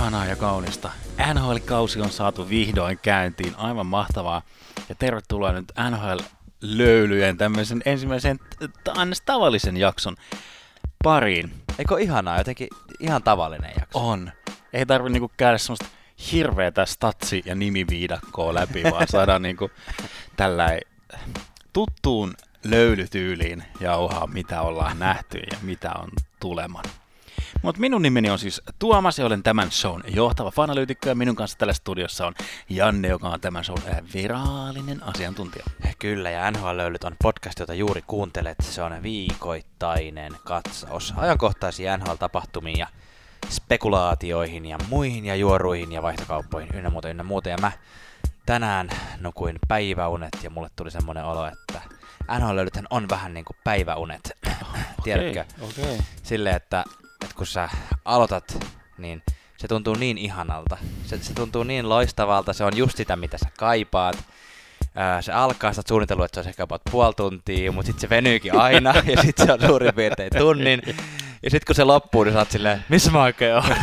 ihanaa ja kaunista. NHL-kausi on saatu vihdoin käyntiin. Aivan mahtavaa. Ja tervetuloa nyt NHL-löylyjen tämmöisen ensimmäisen tavallisen jakson pariin. Eikö ihanaa? Jotenkin ihan tavallinen jakso. On. Ei tarvitse niinku käydä semmoista hirveätä statsi- ja nimiviidakkoa läpi, vaan saadaan niinku tällainen tuttuun löylytyyliin jauhaa, mitä ollaan nähty ja mitä on tuleman. Mutta minun nimeni on siis Tuomas ja olen tämän shown johtava fanalyytikko ja minun kanssa tällä studiossa on Janne, joka on tämän shown virallinen asiantuntija. Kyllä, ja NHL-löylyt on podcast, jota juuri kuuntelet. Se on viikoittainen katsaus ajankohtaisiin NHL-tapahtumiin ja spekulaatioihin ja muihin ja juoruihin ja vaihtokauppoihin ynnä muuta. Ja mä tänään nukuin päiväunet ja mulle tuli semmoinen olo, että NHL-löylythän on vähän niin kuin päiväunet. Tiedätkö? Okay. Silleen, että kun sä aloitat, niin se tuntuu niin ihanalta. Se tuntuu niin loistavalta, se on just sitä, mitä sä kaipaat. Se alkaa, sä oot suunnitellut, että se on ehkä about puoli tuntia, mutta sitten se venyykin aina, ja sitten se on suurin piirtein tunnin. Ja sitten kun se loppuu, niin sä oot silleen, missä mä oikein oon?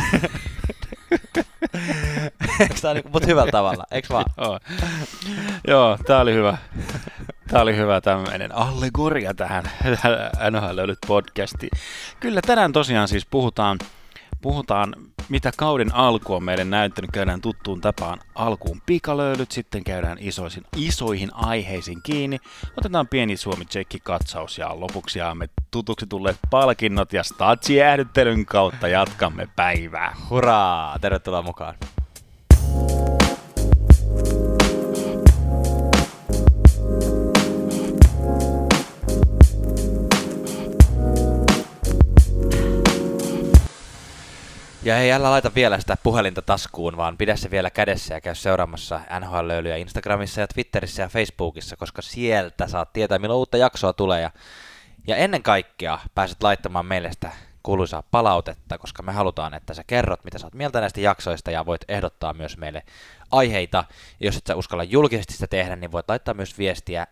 Eikö tää niinku, mut hyvällä tavalla, eiks vaan? Joo, tää oli hyvä. Tämä oli hyvä tämmöinen allegoria tähän NHL-löylyt podcastiin. Kyllä tänään tosiaan siis puhutaan mitä kauden alku on meille näyttänyt. Käydään tuttuun tapaan alkuun pikalöylyt, sitten käydään isoihin aiheisiin kiinni. Otetaan pieni Suomi-Tsekki-katsaus ja lopuksi jaamme tutuksi tulleet palkinnot ja statsijäähdyttelyn kautta jatkamme päivää. Hurraa! Tervetuloa mukaan! Ja hei, älä laita vielä sitä puhelinta taskuun, vaan pidä se vielä kädessä ja käy seuraamassa NHL-löylyjä Instagramissa ja Twitterissä ja Facebookissa, koska sieltä saat tietää, milloin uutta jaksoa tulee. Ja ennen kaikkea pääset laittamaan meille sitä kuuluisaa palautetta, koska me halutaan, että sä kerrot, mitä sä oot mieltä näistä jaksoista ja voit ehdottaa myös meille aiheita. Ja jos et sä uskalla julkisesti sitä tehdä, niin voit laittaa myös viestiä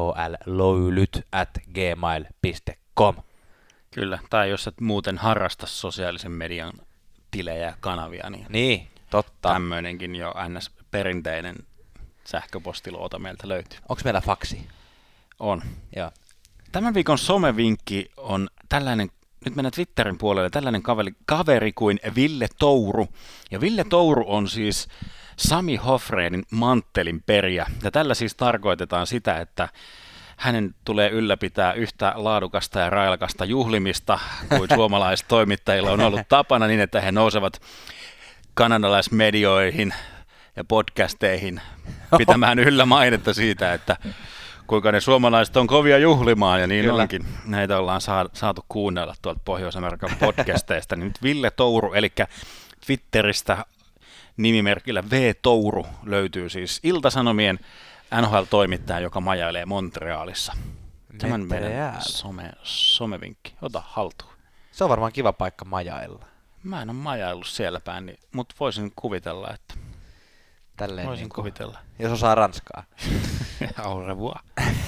nhlöylyt@gmail.com. Kyllä, tai jos et muuten harrasta sosiaalisen median tilejä ja kanavia, niin totta. Tämmöinenkin jo NS-perinteinen sähköpostiluota meiltä löytyy. Onko meillä faksi? On. Joo. Tämän viikon somevinkki on tällainen, nyt mennään Twitterin puolelle, tällainen kaveri kuin Ville Touru. Ja Ville Touru on siis Sami Hofredin manttelin perijä. Ja tällä siis tarkoitetaan sitä, että hänen tulee ylläpitää yhtä laadukasta ja railakasta juhlimista kuin suomalaistoimittajilla on ollut tapana niin, että he nousevat kanadalaismedioihin ja podcasteihin pitämään yllä mainetta siitä, että kuinka ne suomalaiset on kovia juhlimaan, ja niin Kyllä. onkin. Näitä ollaan saatu kuunnella tuolta Pohjois-Amerikan podcasteista. Niin nyt Ville Touru, eli Twitteristä nimimerkillä V. Touru löytyy siis Ilta-Sanomien NHL-toimittaja, joka majailee Montrealissa. Tämän meidän somevinkki. Ota haltuun. Se on varmaan kiva paikka majailla. Mä en ole majaillut siellä päin, mutta voisin kuvitella, että Tälleen voisin niin kuvitella. Jos osaa ranskaa. Au revoir.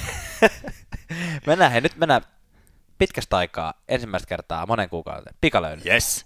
Nyt mennään pitkästä aikaa ensimmäistä kertaa monen kuukauden pikalöyly. Yes.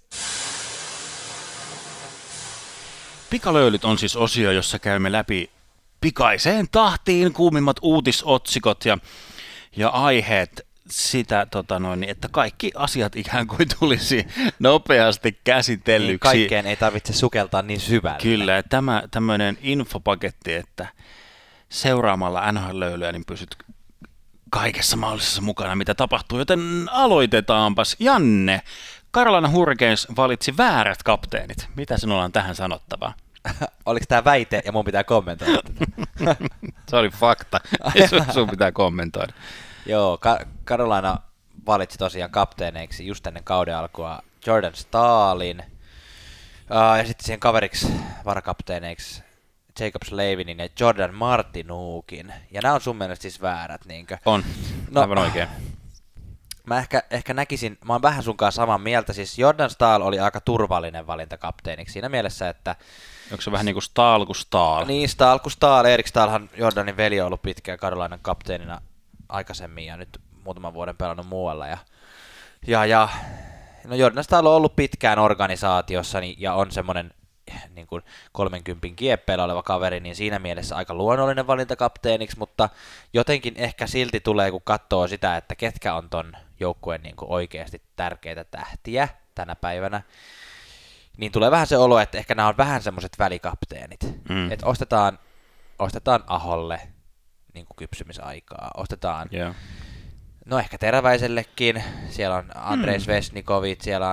Pikalöylyt on siis osio, jossa käymme läpi pikaiseen tahtiin kuumimmat uutisotsikot ja aiheet sitä, että kaikki asiat ikään kuin tulisi nopeasti käsitellyksi. Niin, kaikkeen ei tarvitse sukeltaa niin syvälle. Kyllä, tämä tämmöinen infopaketti, että seuraamalla NHL-löylyä niin pysyt kaikessa mahdollisessa mukana, mitä tapahtuu, joten aloitetaanpas. Janne, Carolina Hurricanes valitsi väärät kapteenit. Mitä sinulla on tähän sanottavaa? Oliko tämä väite ja mun pitää kommentoida tätä? Se oli fakta. Sun pitää kommentoida. Joo, Carolina valitsi tosiaan kapteeneiksi just ennen kauden alkua Jordan Stahlin ja sitten siihen kaveriksi varakapteeneiksi Jacob Slavinin ja Jordan Martinukin. Ja nämä on sun mielestä siis väärät, niinkö? On, aivan oikein. Mä ehkä näkisin, mä oon vähän sunkaan samaa mieltä, siis Jordan Stahl oli aika turvallinen valinta kapteeniksi siinä mielessä, että onko se vähän niin kuin Stahl kuin Stahl? Niin, Stahl kuin Stahl. Erik Stahlhan, Jordanin veli, on ollut pitkään Carolinan kapteenina aikaisemmin ja nyt muutaman vuoden pelannut muualla. No Jordan Stahl on ollut pitkään organisaatiossa ja on semmoinen niin kuin 30 kieppeillä oleva kaveri, niin siinä mielessä aika luonnollinen valinta kapteeniksi, mutta jotenkin ehkä silti tulee, kun katsoo sitä, että ketkä on ton joukkueen niin kuin oikeasti tärkeitä tähtiä tänä päivänä, niin tulee vähän se olo, että ehkä nämä on vähän semmoiset välikapteenit. Että ostetaan Aholle niin kuin kypsymisaikaa, ostetaan no ehkä Teräväisellekin, siellä on Andrei Svesnikovit, siellä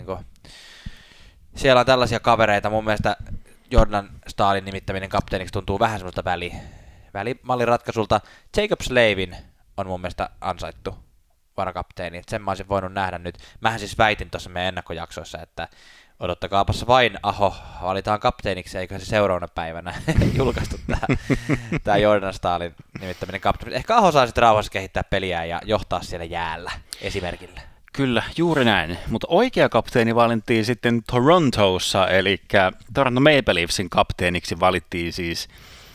on tällaisia kavereita, mun mielestä Jordan Stahlin nimittäminen kapteeniksi tuntuu vähän semmoista välimallin ratkaisulta. Jacob Slavin on mun mielestä ansaittu varakapteeni, että sen mä olisin voinut nähdä nyt. Mähän siis väitin tuossa meidän ennakkojaksoissa, että odottakaapassa vain Aho valitaan kapteeniksi, eikö se seuraavana päivänä julkaistu tämä Jordan Stahlin nimittäminen kapteeniksi. Ehkä Aho saa sitten rauhassa kehittää peliä ja johtaa siellä jäällä esimerkillä. Kyllä, juuri näin. Mutta oikea kapteeni valittiin sitten Torontossa, eli Toronto Maple Leafsin kapteeniksi valittiin siis.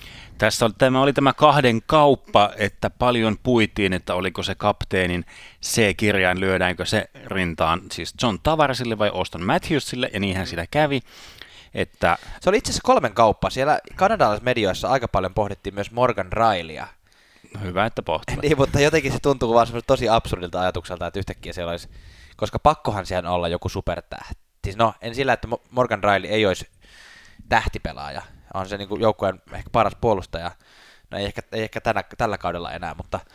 Tämä oli tämä kahden kauppa, että paljon puitiin, että oliko se kapteenin C-kirjain, lyödäänkö se rintaan siis John Tavaresille vai Auston Matthewsille, ja niinhän sitä kävi. Että se oli itse asiassa 3 kauppa. Siellä kanadalaisissa medioissa aika paljon pohdittiin myös Morgan Rileya. Hyvä, että pohtivat. Niin, mutta jotenkin se tuntuu vaan tosi absurdilta ajatukselta, että yhtäkkiä siellä olisi, koska pakkohan siellä olla joku supertähti. Siis no, en sillä, että Morgan Rielly ei olisi tähtipelaaja. On se niin kuin joukkueen ehkä paras puolustaja. No ei ehkä tällä kaudella enää,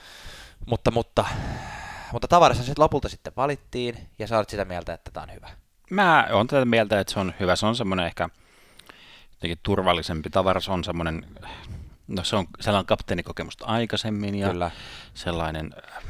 mutta Tavares sitten lopulta sitten valittiin, ja sä olet sitä mieltä, että tämä on hyvä. Mä oon tätä mieltä, että se on hyvä. Se on semmoinen ehkä jotenkin turvallisempi. Tavares on semmoinen, no se on sellainen kapteenikokemusta aikaisemmin ja kyllä, sellainen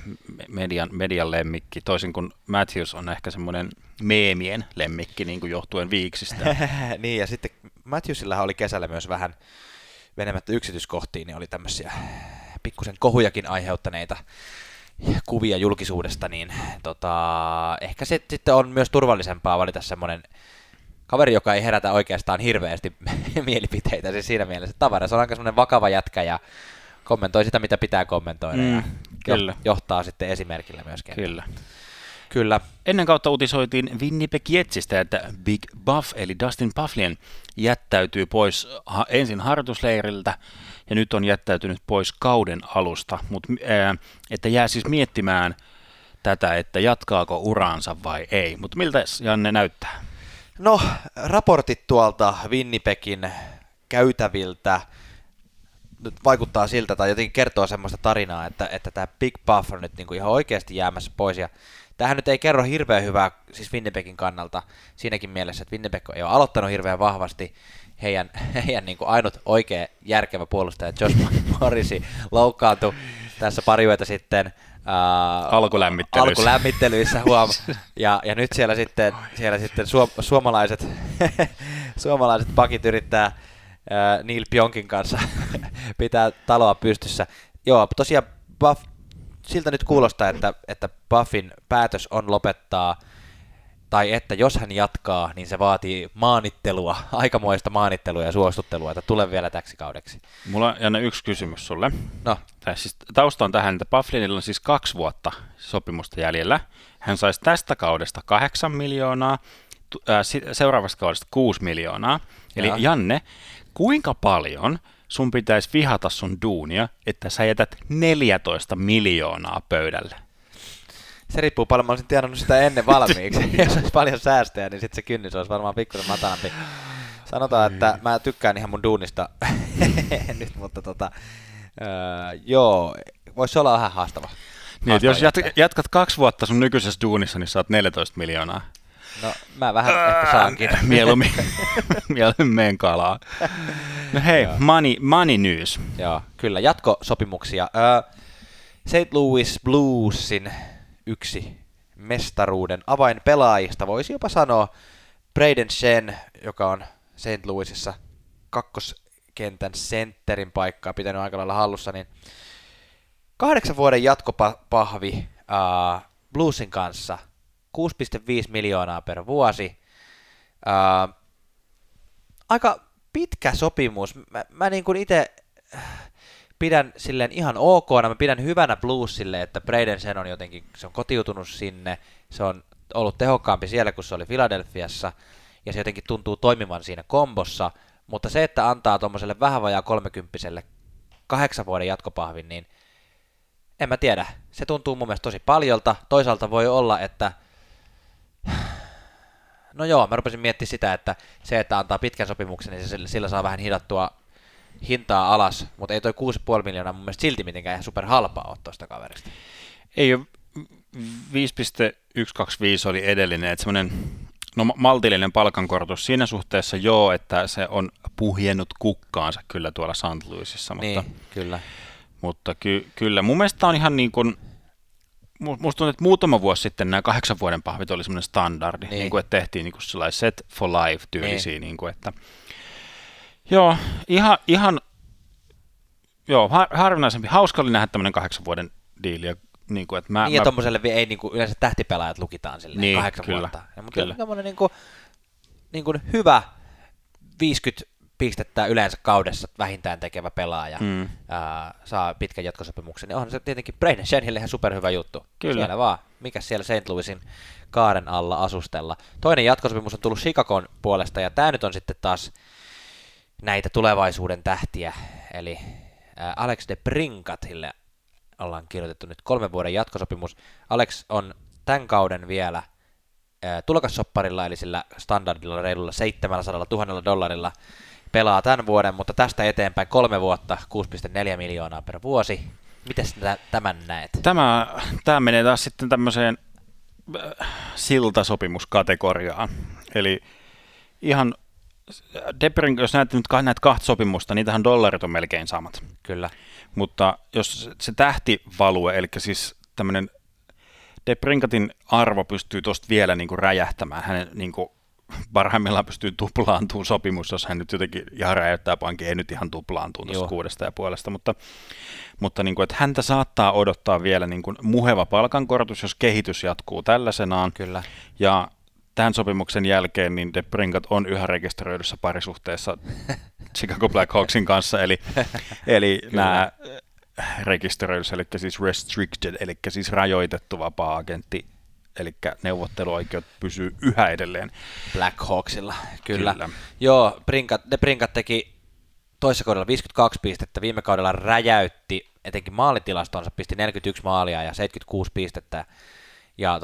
median lemmikki, toisin kuin Matthews on ehkä semmoinen meemien lemmikki niin kuin johtuen viiksistä. Niin, ja sitten Matthewsillahan oli kesällä myös vähän menemättä yksityiskohtiin, niin oli tämmöisiä pikkusen kohujakin aiheuttaneita kuvia julkisuudesta, niin ehkä se sitten on myös turvallisempaa valita semmoinen kaveri, joka ei herätä oikeastaan hirveästi mielipiteitä, siis siinä mielessä, että Tavares on aika semmoinen vakava jätkä ja kommentoi sitä, mitä pitää kommentoida ja johtaa sitten esimerkillä myöskin. Kyllä. Ennen kautta uutisoitiin Winnipeg Jetsistä, että Big Buff eli Dustin Byfuglien jättäytyy pois ensin harjoitusleiriltä ja nyt on jättäytynyt pois kauden alusta, mutta että jää siis miettimään tätä, että jatkaako uraansa vai ei, mutta miltä Janne näyttää? No, raportit tuolta Winnipegin käytäviltä nyt vaikuttaa siltä, tai jotenkin kertoo semmoista tarinaa, että tämä Big Buff on nyt niinku ihan oikeasti jäämässä pois, ja tämähän nyt ei kerro hirveän hyvää siis Winnipegin kannalta siinäkin mielessä, että Winnipeg ei ole aloittanut hirveän vahvasti, heidän niinku ainut oikea järkevä puolustaja Josh Morrissey loukkaantui tässä pari yötä sitten alkulämmittelyissä ja nyt siellä sitten suomalaiset pakit yrittää Neil Pionkin kanssa pitää taloa pystyssä. Joo, tosiaan siltä nyt kuulostaa, että Buffin päätös on lopettaa, tai että jos hän jatkaa, niin se vaatii maanittelua, aikamoista maanittelua ja suostuttelua, että tule vielä täksi kaudeksi. Mulla on, Janne, yksi kysymys sulle. No. Siis tausta on tähän, että Byfuglienilla on siis 2 vuotta sopimusta jäljellä. Hän saisi tästä kaudesta 8 miljoonaa, seuraavasta kaudesta 6 miljoonaa. Eli Janne, kuinka paljon sun pitäisi vihata sun duunia, että sä jätät 14 miljoonaa pöydälle? Se riippuu paljon, mä olisin tienannut sitä ennen valmiiksi. Jos olisi paljon säästöjä, niin sitten se kynnys olisi varmaan pikkusen matalampi. Sanotaan, että mä tykkään ihan mun duunista nyt, mutta joo, voisi olla vähän haastava. Niin, jos jatkat 2 vuotta sun nykyisessä duunissa, niin saat 14 miljoonaa. No, mä vähän ehkä saankin. Mieluummin meen kalaa. No hei, money news. Joo, kyllä, jatkosopimuksia. St. Louis Bluesin yksi mestaruuden avainpelaajista, voisi jopa sanoa Brayden Schenn, joka on St. Louisissa kakkoskentän sentterin paikkaa pitänyt aika lailla hallussa, niin 8 vuoden jatkopahvi Bluesin kanssa, 6,5 miljoonaa per vuosi. Aika pitkä sopimus. Mä niin kuin itse pidän silleen ihan okna, mä pidän hyvänä Bluesille, että Brayden Schenn on jotenkin, se on kotiutunut sinne, se on ollut tehokkaampi siellä, kun se oli Philadelphiassa, ja se jotenkin tuntuu toimivan siinä kombossa, mutta se, että antaa tuommoiselle vähän vajaa 30-vuotiaalle 8 vuoden jatkopahvin, niin en mä tiedä. Se tuntuu mun mielestä tosi paljolta. Toisaalta voi olla, että no joo, mä rupesin miettimään sitä, että se, että antaa pitkän sopimuksen, niin sillä saa vähän hidattua hintaa alas, mutta ei toi 6,5 miljoonaa mun mielestä silti mitenkään ihan superhalpaa ole tuosta kaverista. Ei ole, 5,125 oli edellinen, että semmoinen maltillinen palkankorotus siinä suhteessa joo, että se on puhjennut kukkaansa kyllä tuolla St. Louisissa, niin, kyllä. Mutta kyllä. Mun mielestä on ihan niin kuin, musta tuntuu, että muutama vuosi sitten nämä 8 vuoden pahvit oli semmoinen standardi, niin kuin, että tehtiin niin kuin sellainen set for life -tyylisiä, niin kuin, että joo, ihan joo, harvinaisempi. Hauska oli nähdä tämmöinen 8 vuoden diili. Niin kuin, että ja tommoselle ei niin kuin, yleensä tähtipelaajat lukitaan silleen niin, 8 kyllä, vuotta. Ja, mutta tämmöinen niin kuin hyvä 50 pistettä yleensä kaudessa vähintään tekevä pelaaja saa pitkän jatkosopimuksen, niin onhan se tietenkin Brayden Schennille ihan superhyvä juttu. Kyllä. Siellä vaan. Mikäs siellä St. Louisin kaaren alla asustella. Toinen jatkosopimus on tullut Chicagon puolesta, ja tämä nyt on sitten taas näitä tulevaisuuden tähtiä, eli Alex DeBrincatille ollaan kirjoitettu nyt 3 vuoden jatkosopimus. Alex on tämän kauden vielä tulokassopparilla, eli sillä standardilla reilulla $700,000 pelaa tämän vuoden, mutta tästä eteenpäin 3 vuotta, 6,4 miljoonaa per vuosi. Miten tämän näet? Tämä menee taas sitten tämmöiseen siltasopimuskategoriaan. Eli ihan DeBrincat, jos näet nyt näitä 2 sopimusta, niitähän dollarit on melkein samat. Kyllä. Mutta jos se tähtivalue, eli siis tämmöinen DeBrincatin arvo pystyy tuosta vielä niin kuin räjähtämään, hänen niin kuin parhaimmillaan pystyy tuplaantumaan sopimus, jos hän nyt jotenkin ihan räjäyttää pankin, ei nyt ihan tuplaantua tuosta 6,5, mutta niin kuin, että häntä saattaa odottaa vielä niin kuin muheva palkankorotus, jos kehitys jatkuu tällaisenaan. Kyllä. Ja tämän sopimuksen jälkeen niin DeBrincat on yhä rekisteröidyssä parisuhteessa Chicago Blackhawksin kanssa, eli nämä rekisteröidyssä, eli siis restricted, eli siis rajoitettu vapaa-agentti, eli neuvotteluoikeus pysyy yhä edelleen Blackhawksilla, kyllä. Joo, DeBrincat teki toisessa kaudella 52 pistettä, viime kaudella räjäytti, etenkin maalitilastonsa, pisti 41 maalia ja 76 pistettä, ja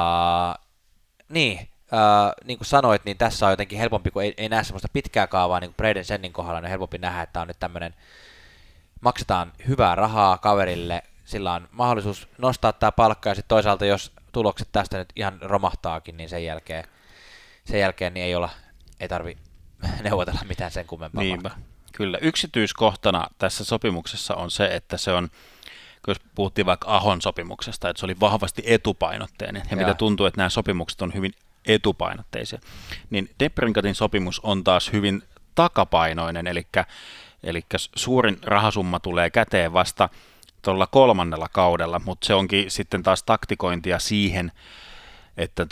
niin kuin sanoit, niin tässä on jotenkin helpompi, kun ei näe semmoista pitkää kaavaa, niin kuin Brayden Schennin kohdalla, niin on helpompi nähdä, että on nyt tämmöinen, maksetaan hyvää rahaa kaverille, sillä on mahdollisuus nostaa tämä palkka, ja sitten toisaalta, jos tulokset tästä nyt ihan romahtaakin, niin sen jälkeen niin ei tarvi neuvotella mitään sen kummempaa. Niinpä, kyllä. Yksityiskohtana tässä sopimuksessa on se, että se on, jos puhuttiin vaikka Ahon sopimuksesta, että se oli vahvasti etupainotteinen, ja mitä tuntuu, että nämä sopimukset on hyvin etupainotteisia, niin DeBrincatin sopimus on taas hyvin takapainoinen, eli suurin rahasumma tulee käteen vasta tuolla 3. kaudella, mutta se onkin sitten taas taktikointia siihen, että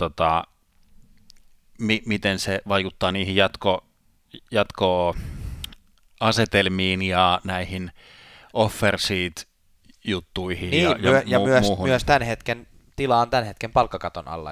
miten se vaikuttaa niihin jatkoasetelmiin ja näihin offer sheet juttuihin niin, ja myös tämän hetken tila on tämän hetken palkkakaton alla,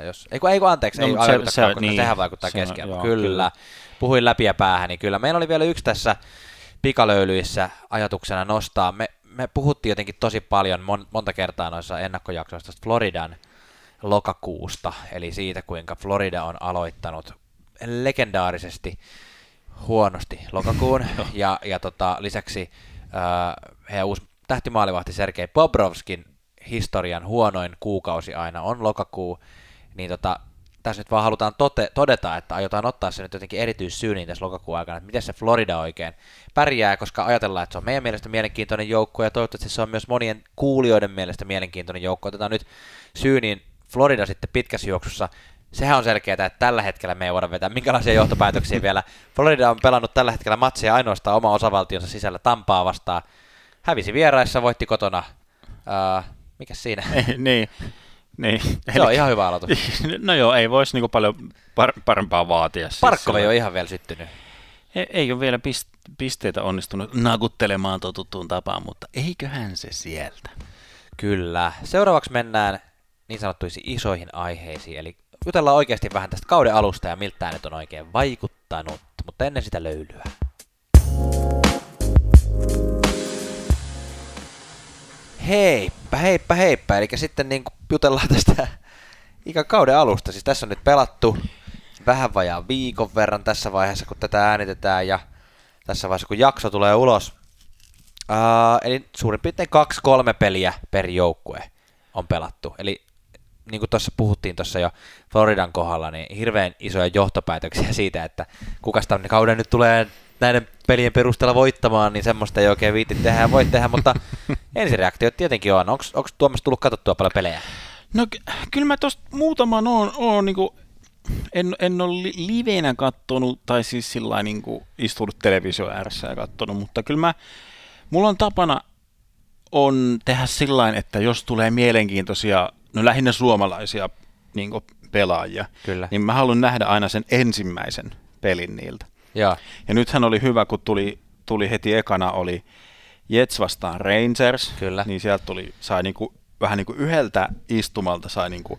sehän vaikuttaa keskellä. Kyllä. Puhuin läpi ja päähän, niin kyllä. Meillä oli vielä yksi tässä pikalöylyissä ajatuksena nostaa. Me puhuttiin jotenkin tosi paljon monta kertaa noissa ennakkojaksoissa Floridan lokakuusta, eli siitä, kuinka Florida on aloittanut legendaarisesti huonosti lokakuun, ja lisäksi heidän uusi tähtimaalivahti Sergei Bobrovskin historian huonoin kuukausi aina on lokakuu, niin tässä nyt vaan halutaan todeta, että aiotaan ottaa se nyt jotenkin erityissyyniin tässä lokakuun aikana, että miten se Florida oikein pärjää, koska ajatellaan, että se on meidän mielestä mielenkiintoinen joukko, ja toivottavasti se on myös monien kuulijoiden mielestä mielenkiintoinen joukko. Otetaan nyt syyniin Florida sitten pitkässä juoksussa. Sehän on selkeää, että tällä hetkellä me ei voida vetää minkälaisia johtopäätöksiä vielä. Florida on pelannut tällä hetkellä matseja ainoastaan oma osavaltionsa sisällä Tampaa vastaan. Hävisi vieraissa, voitti kotona. Mikäs siinä? Niin. Se on ihan hyvä aloitus. No joo, ei voisi niinku paljon parempaa vaatia. Parkkov ei ole ihan vielä syttynyt. Ei ole vielä pisteitä onnistunut nakuttelemaan totuttuun tapaan, mutta eiköhän se sieltä. Kyllä. Seuraavaksi mennään niin sanottuisiin isoihin aiheisiin, eli jutellaan oikeasti vähän tästä kauden alusta ja miltä tämä nyt on oikein vaikuttanut, mutta ennen sitä löylyä. Heippa. Eli sitten niin jutellaan tästä ikä kauden alusta. Siis tässä on nyt pelattu vähän vajaa viikon verran tässä vaiheessa, kun tätä äänitetään ja tässä vaiheessa, kun jakso tulee ulos. Eli suurin piirtein 2-3 peliä per joukkue on pelattu. Eli niin kuin tuossa puhuttiin tuossa jo Floridan kohdalla, niin hirveän isoja johtopäätöksiä siitä, että kuka tämän kauden nyt tulee näiden pelien perusteella voittamaan, niin semmoista ei oikein viitti tehdä ja voi tehdä, mutta ensireaktio tietenkin on. Onko Tuomas tullut katsottua paljon pelejä? No kyllä mä tosta muutaman oon niinku, en ole liveenä kattonut, tai siis sillain niinku istunut televisio ääressä ja kattonut, mutta kyllä mulla on tapana on tehdä sillain, että jos tulee mielenkiintoisia, no lähinnä suomalaisia niinku pelaajia, kyllä, niin mä haluan nähdä aina sen ensimmäisen pelin niiltä. Ja nythän oli hyvä, kun tuli heti ekana oli Jets vastaan Rangers, kyllä, niin sieltä sai niinku, vähän niinku yhdeltä istumalta sai niinku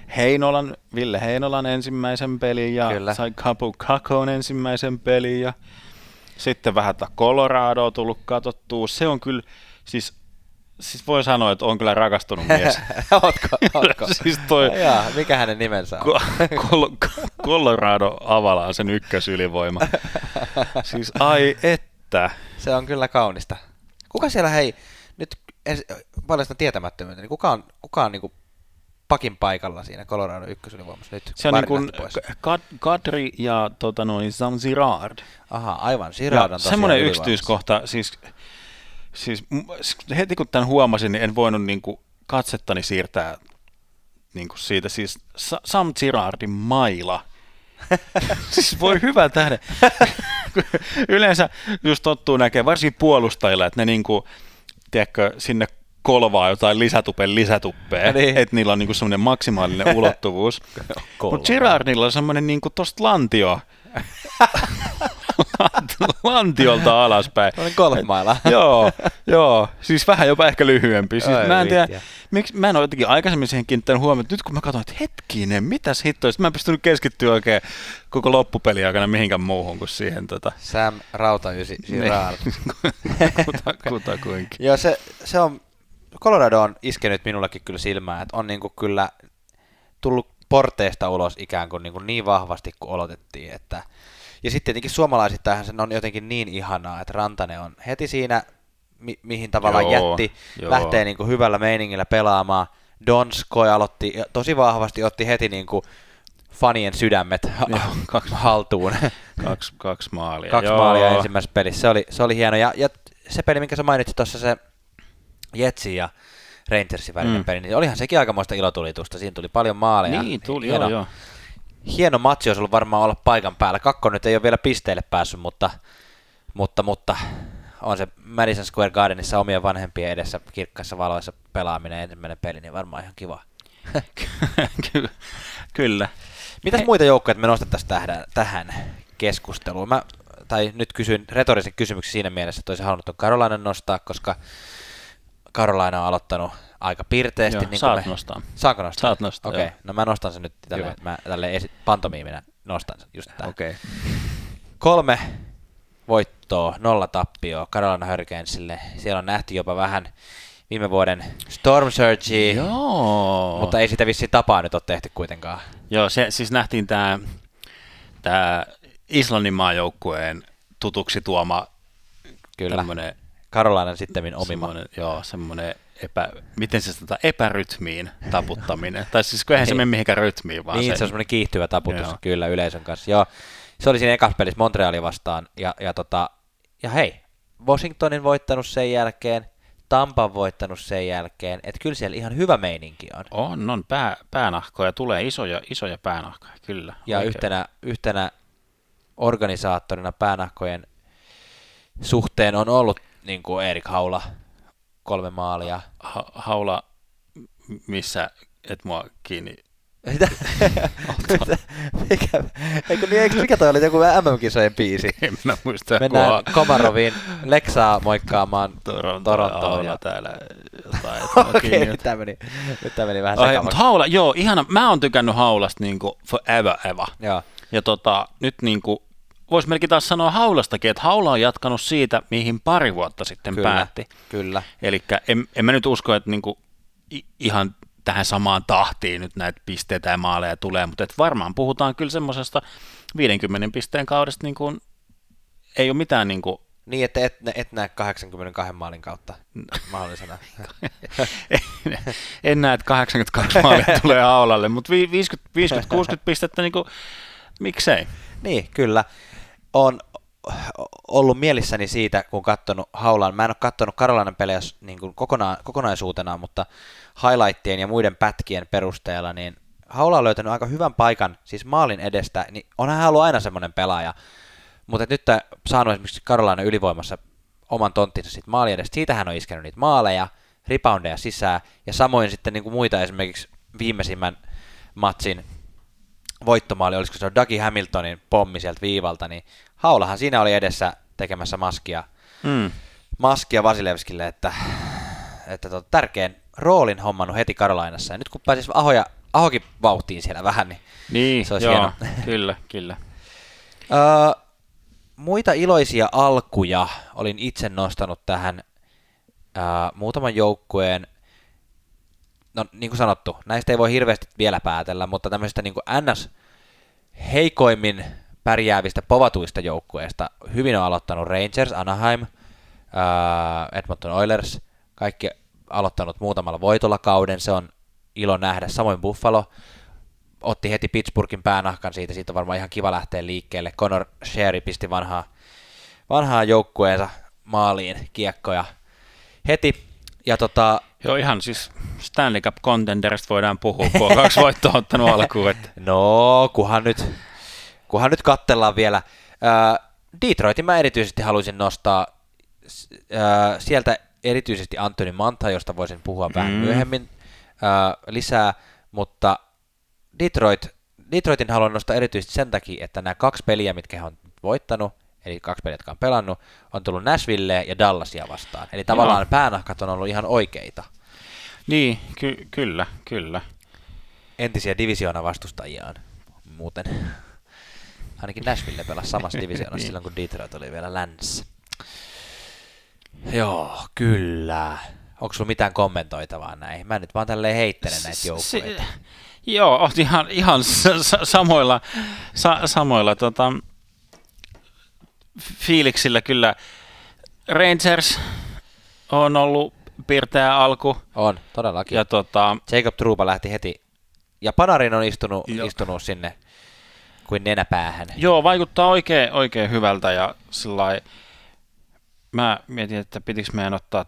Ville Heinolan ensimmäisen pelin ja kyllä, sai Kaapo Kakon ensimmäisen pelin ja sitten vähän Coloradoa tullut katsottua. Se on kyllä, siis voi sanoa, että on kyllä rakastunut mies. Ootko? Siis toi Jaa, mikä hänen nimensä on? Colorado Avalaan sen ykkösylivoima. Siis ai että. Se on kyllä kaunista. Kuka siellä, hei, nyt paljon sitä tietämättömyyttä, niin kuka on niinku pakin paikalla siinä Colorado ykkösylivoimassa nyt? Se on niin kuin Kadri ja Sam Girard. Aha, aivan, Girard on tosiaan semmoinen yksityiskohta, siis heti kun tämän huomasin, niin en voinut niin kuin katsettani siirtää niin kuin siitä, siis Sam Girardin maila. Siis voi hyvä tähden. Yleensä just tottuu näkemään, varsinkin puolustajilla, että ne niin kuin, tiedätkö, sinne kolvaa jotain lisätuppea, niin, että niillä on niin kuin semmoinen maksimaalinen ulottuvuus. Mutta Girardilla on semmoinen niin kuin tosta lantiolta alaspäin. Oli golfmailla. Joo, siis vähän jopa ehkä lyhyempi. Siis mä en tiedä, miksi mä en ole jotenkin aikaisemmin siihen kiinnittänyt huomioon, että nyt kun mä katsoin, että hetkinen, mitäs hittoa, mä en pystynyt keskittyä oikein koko loppupeli aikana mihinkään muuhun kuin siihen. Sam Rautaysi Girard. Kutakuinkin. Joo, se on, Colorado on iskenyt minullekin kyllä silmään, että on niinku kyllä tullut porteista ulos ikään kuin niin vahvasti kuin odotettiin, että ja sitten tietenkin suomalaisittainhan se on jotenkin niin ihanaa, että Rantanen on heti siinä, mihin tavallaan jätti, lähtee niin kuin hyvällä meiningillä pelaamaan. Donskoi aloitti tosi vahvasti, otti heti niin kuin fanien sydämet haltuun. Kaksi maalia. Kaksi maalia ensimmäisessä pelissä, se oli hieno. Ja se peli, minkä sä mainitsit tuossa, se Jetsin ja Rangersin välinen peli, niin olihan sekin aikamoista ilotulitusta. Siinä tuli paljon maaleja. Niin tuli, joo. Hieno matsi olisi ollut varmaan olla paikan päällä. Kakko nyt ei ole vielä pisteille päässyt, mutta on se Madison Square Gardenissa omien vanhempien edessä kirkkaissa valoissa pelaaminen ensimmäinen peli, niin varmaan ihan kiva. Kyllä. Mitäs muita joukkoja me nostettaisiin tähän keskusteluun? Tai nyt kysyin retorisen kysymyksen siinä mielessä, että olisin halunnut Carolinan nostaa, koska Carolina on aloittanut aika pirteästi. Joo, niin saat nostaa. Saanko nostaa? Saat nostaa, okei. No mä nostan sen nyt tälleen pantomiiminä nostan sen just tää. Okei. 3 voittoa, 0 tappioa Carolina Hurricanesille. Siellä on nähty jopa vähän viime vuoden Storm Surgea, mutta ei sitä vissiin tapaa nyt ole tehty kuitenkaan. Joo, se siis nähtiin tää Islannin maajoukkueen tutuksi tuoma kyllä. Carolinan sittemmin omima. Semmoinen miten se epärytmiin taputtaminen. Tai siis kun eihän se mene mihinkään rytmiin, vaan niin, se on semmoinen kiihtyvä taputus kyllä yleisön kanssa. Joo, se oli siinä ekassa pelissä Montrealia vastaan. Ja hei, Washingtonin voittanut sen jälkeen, Tampan voittanut sen jälkeen, että kyllä siellä ihan hyvä meininki on. On päänahkoja, tulee isoja päänahkoja, kyllä. Ja yhtenä organisaattorina päänahkojen suhteen on ollut niin kuin Erik Haula, 3 maalia. Haula, missä et mua kiinni Mikä toi oli joku MM-kisojen biisi? En mä muista. Mennään Komaroviin Lexaa moikkaamaan Torontoon. Ja täällä jotain. Okei, nyt tää meni vähän sekavaksi. Mutta Haula, joo, ihana. Mä oon tykännyt Haulasta niinku forever. Joo. Ja nyt niinku, vois melkein taas sanoa Haulastakin, että Haula on jatkanut siitä, mihin pari vuotta sitten päätti. Kyllä. Elikkä en mä nyt usko, että niinku ihan tähän samaan tahtiin nyt näitä pisteitä ja maaleja tulee, mutta et varmaan puhutaan kyllä semmoisesta 50 pisteen kaudesta, niin kuin, ei ole mitään niin kuin... Niin, että et näe 82 maalin kautta mahdollisena. En näe, että 82 maalia tulee Haulalle, mutta 50-60 pistettä, niin kuin, miksei? Niin, kyllä. On ollut mielissäni siitä, kun katsonut Haulan. Mä en ole katsonut Carolinan pelejä niin kuin kokonaisuutena, mutta highlightien ja muiden pätkien perusteella, niin Haula on löytänyt aika hyvän paikan, siis maalin edestä, niin onhan hän ollut aina semmoinen pelaaja, mutta nyt saanut esimerkiksi Carolina ylivoimassa oman tonttinsa siitä maalin edestä, siitä hän on iskenyt niitä maaleja, reboundeja sisään, ja samoin sitten niin kuin muita esimerkiksi viimeisimmän matsin voittomaali, olisiko se Dougie Hamiltonin pommi sieltä viivalta, niin Haulahan siinä oli edessä tekemässä maskia Vasilevskille, että tärkeän roolin hommannut heti Carolinassa, ja nyt kun pääsisi Ahokin vauhtiin siellä vähän, niin se olisi hieno. Kyllä. Muita iloisia alkuja olin itse nostanut tähän muutaman joukkueen. No niin kuin sanottu, näistä ei voi hirveästi vielä päätellä, mutta tämmöisistä niin kuin NS heikoimmin pärjäävistä povatuista joukkueista hyvin on aloittanut Rangers, Anaheim, Edmonton Oilers, kaikki aloittanut muutamalla voitolla kauden, se on ilo nähdä. Samoin Buffalo otti heti Pittsburghin päänahkan siitä on varmaan ihan kiva lähteä liikkeelle. Connor Sherry pisti vanhaa joukkueensa maaliin kiekkoja heti. Ja joo, ihan siis Stanley Cup Contenderista voidaan puhua, kun on 2 voittoa ottanut alkuun. Että. No, kunhan nyt katsellaan vielä. Detroitin mä erityisesti haluaisin nostaa sieltä erityisesti Anthony Mantha, josta voisin puhua vähän myöhemmin lisää, mutta Detroitin haluan nostaa erityisesti sen takia, että nämä 2 peliä, mitkä he on voittanut, eli 2 peliä, jotka on pelannut, on tullut Nashvillea ja Dallasia vastaan. Eli tavallaan päänahkat on ollut ihan oikeita. Niin, kyllä. Entisiä divisioonan vastustajiaan muuten. Ainakin Nashville pelasi samassa divisioonassa niin. Silloin, kun Detroit oli vielä länsä. Joo, kyllä. Onko sulla mitään kommentoitavaa näihin? Mä nyt vaan tälleen heittelen näitä joukkueita. Joo, oot ihan samoilla fiiliksillä kyllä. Rangers on ollut pirteä alku. On, todellakin. Ja Jacob Trouba lähti heti. Ja Panarin on istunut sinne kuin nenäpäähän. Joo, vaikuttaa oikein hyvältä ja sillai. Mä mietin, että pitikö meidän ottaa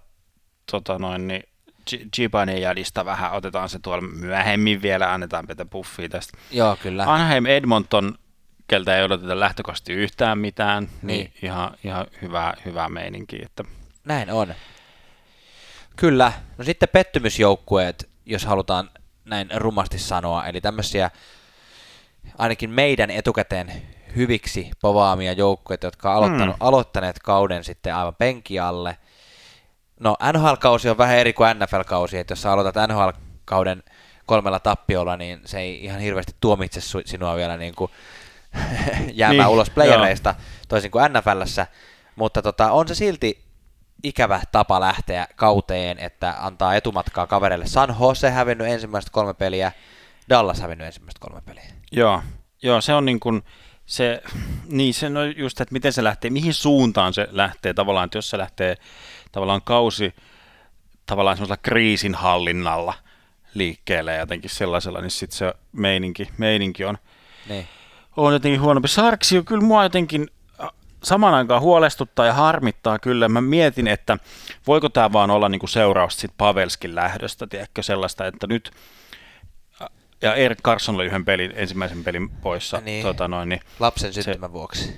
Gibanin jälistä vähän, otetaan se tuolla myöhemmin vielä, annetaan petä puffia tästä. Joo, kyllä. Anaheim Edmonton, keltä ei odoteta lähtökohtaisesti yhtään mitään, niin ihan hyvää meininkiä. Että. Näin on. Kyllä. No sitten pettymysjoukkueet, jos halutaan näin rumasti sanoa, eli tämmöisiä ainakin meidän etukäteen hyviksi povaamia joukkueita, jotka on aloittaneet kauden sitten aivan penki alle. No NHL-kausi on vähän eri kuin NFL-kausi, että jos sä aloitat NHL-kauden 3 tappiolla, niin se ei ihan hirveästi tuomitse sinua vielä niin kuin jäämään ulos playereista, toisin kuin NFL:ssä, mutta on se silti ikävä tapa lähteä kauteen, että antaa etumatkaa kavereille. San Jose hävinnyt ensimmäiset 3 peliä, Dallas hävinnyt ensimmäiset 3 peliä. Joo, se on niin kuin se on just, että miten se lähtee, mihin suuntaan se lähtee tavallaan, että jos se lähtee tavallaan kausi tavallaan semmoisella kriisinhallinnalla liikkeelle ja jotenkin sellaisella, niin sitten se meininki on jotenkin huonompi. Sarksi kyllä mua jotenkin samaan aikaan huolestuttaa ja harmittaa kyllä. Mä mietin, että voiko tämä vaan olla niinku seurausta sit Pavelskin lähdöstä, tiedätkö sellaista, että nyt ja Erik Karlsson oli ensimmäisen pelin poissa. Niin, lapsen syntymän vuoksi.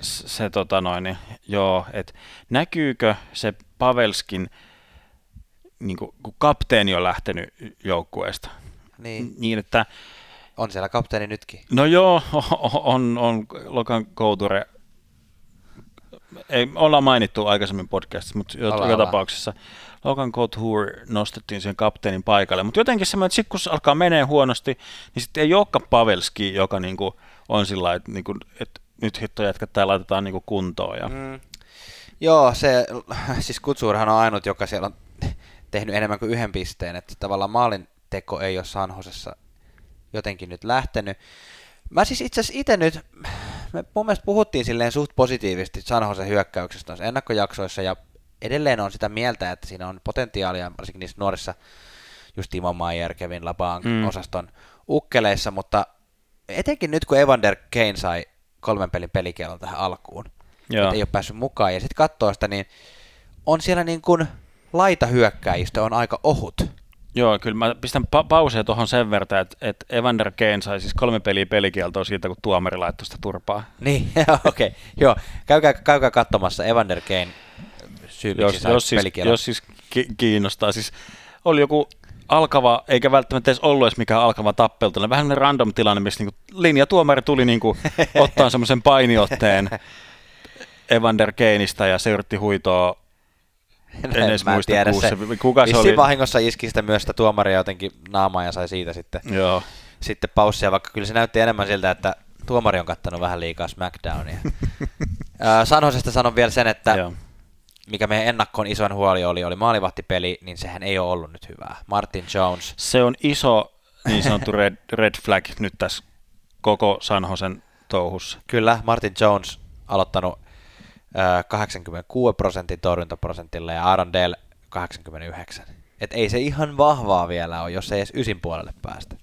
Että näkyykö se Pavelskin, niin kun kapteeni on lähtenyt joukkueesta, niin että on siellä kapteeni nytkin. No joo, on Logan Couture. Ei, ollaan mainittu aikaisemmin podcastissa, mutta joka tapauksessa Logan Couture nostettiin sen kapteenin paikalle. Mutta jotenkin semmoinen, että sitten kun se alkaa menee huonosti, niin sitten ei olekaan Pavelski, joka niinku on sillä lailla, että nyt hitto jätkät ja laitetaan niinku kuntoon. Ja... Joo, siis Couturehan on ainut, joka siellä on tehnyt enemmän kuin 1 pisteen, että tavallaan maalin teko ei ole San Josessa jotenkin nyt lähtenyt. Mä siis itse asiassa itse nyt, mun mielestä puhuttiin silleen suht positiivisesti San Josen hyökkäyksestä noissa ennakkojaksoissa, ja edelleen on sitä mieltä, että siinä on potentiaalia, varsinkin niissä nuorissa, just Timo Maier, Kevin Labanc osaston ukkeleissa, mutta etenkin nyt, kun Evander Kane sai 3 pelin pelikielon tähän alkuun, että ei ole päässyt mukaan, ja sitten katsoo sitä, niin on siellä niin kuin laitahyökkäjistä on aika ohut. Joo, kyllä mä pistän pausea tuohon sen verran, että Evander Kane sai siis 3 peliä pelikieltoa siitä, kun tuomari laittoi sitä turpaa. Niin, okei. Okay. Joo, käykää katsomassa Evander Kane syy, miksi sai pelikieltoa. Jos siis kiinnostaa. Siis oli joku alkava, eikä välttämättä edes ollut edes mikään alkava tappeltu. Vähän sellainen random tilanne, missä niinku linjatuomari tuli niinku ottaa semmoisen painiotteen Evander Kaneista ja se yritti huitoa. En edes muista, kuka se oli. Vahingossa iski sitä myös sitä tuomaria jotenkin naamaan ja sai siitä sitten paussia, vaikka kyllä se näytti enemmän siltä, että tuomari on kattanut vähän liikaa SmackDownia. San Josesta sanon vielä sen, että mikä meidän ennakkoon isoin huoli oli maalivahtipeli, niin sehän ei ole ollut nyt hyvää. Martin Jones. Se on iso niin sanottu red flag nyt tässä koko San Josen touhussa. Kyllä, Martin Jones aloittanut 86% torjuntaprosentilla ja Aaron Dell 89%. Et ei se ihan vahvaa vielä ole, jos ei edes 9 puolelle päästä.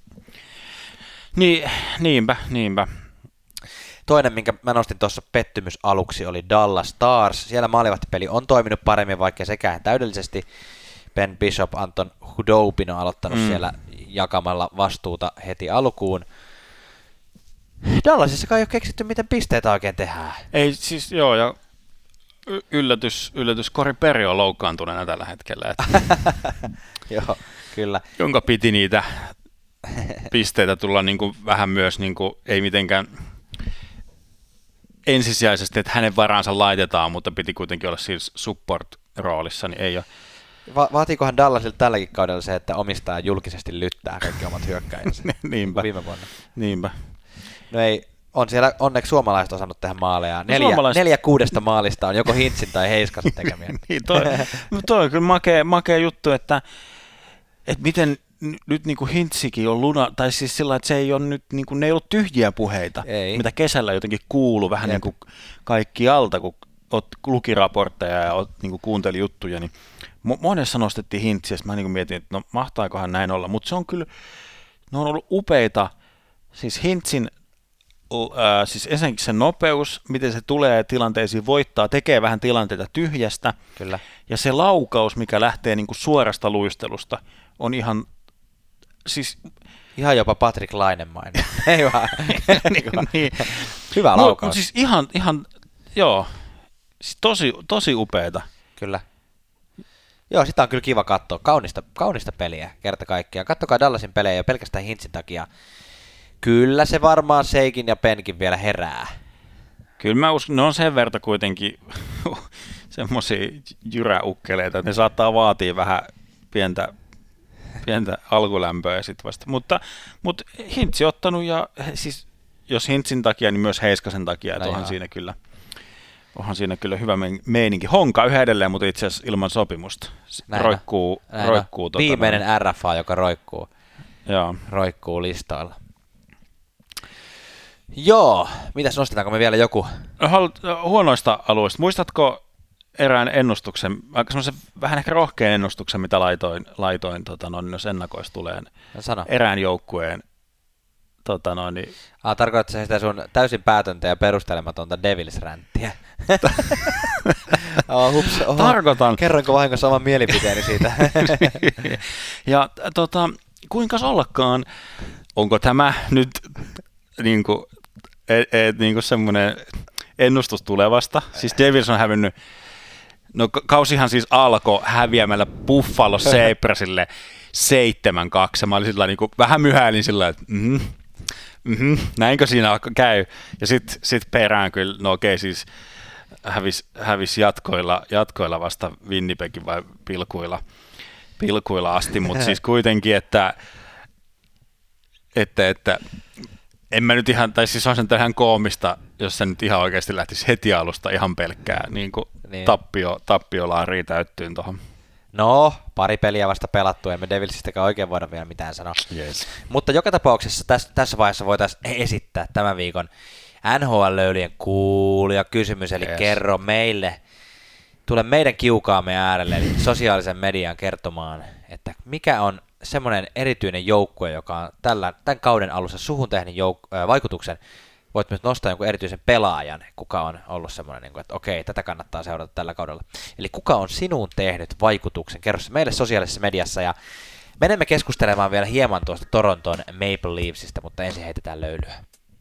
Niinpä. Toinen, minkä mä nostin tuossa pettymys aluksi, oli Dallas Stars. Siellä maalivahtipeli on toiminut paremmin, vaikka sekään täydellisesti. Ben Bishop, Anton Hudobin on aloittanut siellä jakamalla vastuuta heti alkuun. Dallasissa kai ei ole keksitty, miten pisteitä oikein tehdään. Ei siis, joo, ja yllätys, Corey Perry on loukkaantuneena tällä hetkellä. Joo, kyllä. Jonka piti niitä pisteitä tulla niin kuin vähän myös, niin kuin, ei mitenkään ensisijaisesti, että hänen varansa laitetaan, mutta piti kuitenkin olla siis support-roolissa, niin ei ole. Vaatiikohan Dallasilta tälläkin kaudella se, että omistaja julkisesti lyttää kaikki omat hyökkäjänsä? Niinpä. Viime vuonna. Niinpä. No ei, on siellä onneksi suomalaiset osannut tehdä maaleja. 4/6 maalista on joko Hintsin tai Heiskasen tekemiä. Niin, toi on kyllä makea juttu, että miten nyt niin kuin Hintsikin on tai siis sillä, että se ei ole nyt, niin kuin, ne ei ollut tyhjiä puheita, mitä kesällä jotenkin kuului vähän niin kuin kaikki alta, kun luki raportteja ja niin kuin kuunteli juttuja, niin monessa nostettiin Hintsiä, mä niin kuin mietin, että no mahtaakohan näin olla, mutta se on kyllä, ne on ollut upeita, siis Hintsin, siis ensinnäkin se nopeus, miten se tulee tilanteisiin, voittaa, tekee vähän tilanteita tyhjästä, kyllä. Ja se laukaus, mikä lähtee niin kuin suorasta luistelusta, on ihan, siis ihan jopa Patrick Lainemainen. Ei vaan. Niin. Hyvä laukaus. Mutta siis ihan joo, siis tosi upeeta. Kyllä. Joo, sitä on kyllä kiva katsoa. Kaunista peliä kerta kaikkiaan. Kattokaa Dallasin pelejä jo pelkästään Hintsin takia. Kyllä se varmaan Seikin ja Penkin vielä herää. Kyllä mä uskon, ne on sen verta kuitenkin semmoisia jyräukkeleita, että ne saattaa vaatia vähän pientä alkulämpöä sitten vasta. Mutta Hintsi ottanut, ja siis jos Hintsin takia, niin myös Heiskasen takia, että onhan siinä kyllä hyvä meininki. Honka yhä edelleen, mutta itse asiassa ilman sopimusta. Roikkuu viimeinen RFA, joka roikkuu. Joo. Roikkuu listoilla. Joo, mitäs nostetaanko me vielä joku? Huonoista alueista. Muistatko erään ennustuksen, aika semmoisen vähän ehkä rohkean ennustuksen, mitä laitoin jos ennakoista tulee erään joukkueen. Tarkoitatko sitä sun täysin päätöntä ja perustelematonta Devils-ränttiä? Tarkoitan. Kerroinko vahingossa oman mielipiteeni siitä? Ja kuinka ollakaan, onko tämä nyt niinku semmoinen ennustus tulevasta? Siis Devils on hävinnyt, no kausihan siis alkoi häviämällä Buffalo Sabresille 7-2. Mä olin sillä niinku, vähän myhäilin sillä, että näinkö siinä käy? Ja sit perään kyllä, no okei, siis hävis jatkoilla vasta Winnipegin vai pilkuilla asti, mutta siis kuitenkin, että en mä nyt ihan, tai siis on sen ihan koomista, jos se nyt ihan oikeasti lähtisi heti alusta ihan pelkkää niin tappiolaariin täyttyyn tuohon. No, pari peliä vasta pelattu, emme Devilsistäkään oikein voida vielä mitään sanoa. Yes. Mutta joka tapauksessa tässä vaiheessa voitaisiin esittää tämän viikon NHL-löylien kuulija kysymys, eli kerro meille, tule meidän kiukaamme äärelle, eli sosiaalisen median kertomaan, että mikä on semmoinen erityinen joukkue, joka on tämän kauden alussa suhun tehnyt vaikutuksen. Voit myös nostaa jonkun erityisen pelaajan, kuka on ollut semmoinen, että okei, tätä kannattaa seurata tällä kaudella. Eli kuka on sinuun tehnyt vaikutuksen? Kerro se meille sosiaalisessa mediassa ja menemme keskustelemaan vielä hieman tuosta Toronton Maple Leafsistä, mutta ensin heitetään löylyä.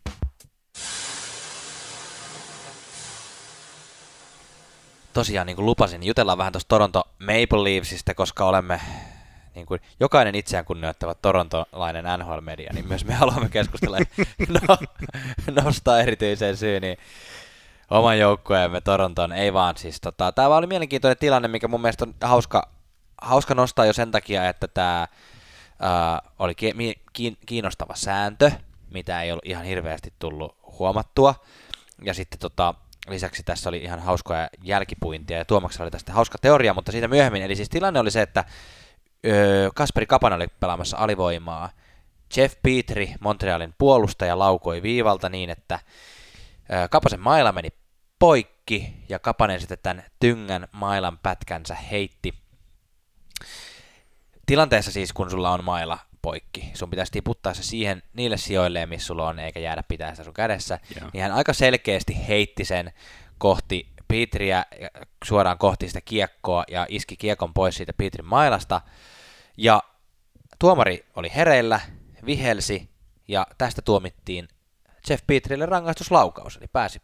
Tosiaan, niin kuin lupasin, jutellaan vähän tuosta Toronto Maple Leafsistä, koska olemme niin kuin jokainen itseään kunnioittava torontolainen NHL-media, niin myös me haluamme keskustella nostaa erityisen syyniin oman joukkueemme Toronton. Ei vaan siis, tämä oli mielenkiintoinen tilanne, mikä mun mielestä on hauska nostaa jo sen takia, että tämä oli kiinnostava sääntö, mitä ei ollut ihan hirveästi tullut huomattua. Ja sitten lisäksi tässä oli ihan hauskoja jälkipuintia, ja Tuomaksella oli tästä hauska teoria, mutta siitä myöhemmin. Eli siis tilanne oli se, että Kasperi Kapanen oli pelaamassa alivoimaa. Jeff Petrie, Montrealin puolustaja, laukoi viivalta niin, että Kapasen maila meni poikki, ja Kapanen sitten tämän tyngän mailan pätkänsä heitti. Tilanteessa siis, kun sulla on maila poikki, sun pitäisi tiputtaa se niille sijoille, missä sulla on, eikä jäädä pitää sitä sun kädessä, niin hän aika selkeästi heitti sen kohti Petriä, suoraan kohti sitä kiekkoa, ja iski kiekon pois siitä Petrin mailasta, ja tuomari oli hereillä, vihelsi, ja tästä tuomittiin Jeff Petrille rangaistuslaukaus, eli pääsi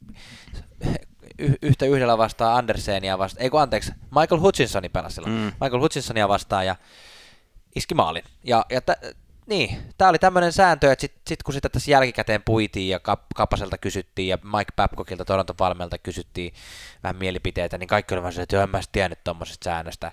yhdellä vastaan Andersenia vastaan, Michael Hutchinsonia pelasi silloin, Michael Hutchinsonia vastaan, ja iski maalin. Tämä oli tämmöinen sääntö, että sit kun sitä tässä jälkikäteen puitiin ja Kapaselta kysyttiin ja Mike Babcockilta Toronton valmelta kysyttiin vähän mielipiteitä, niin kaikki oli vaan se, että joo, en mä tiennyt tommosesta säännöstä.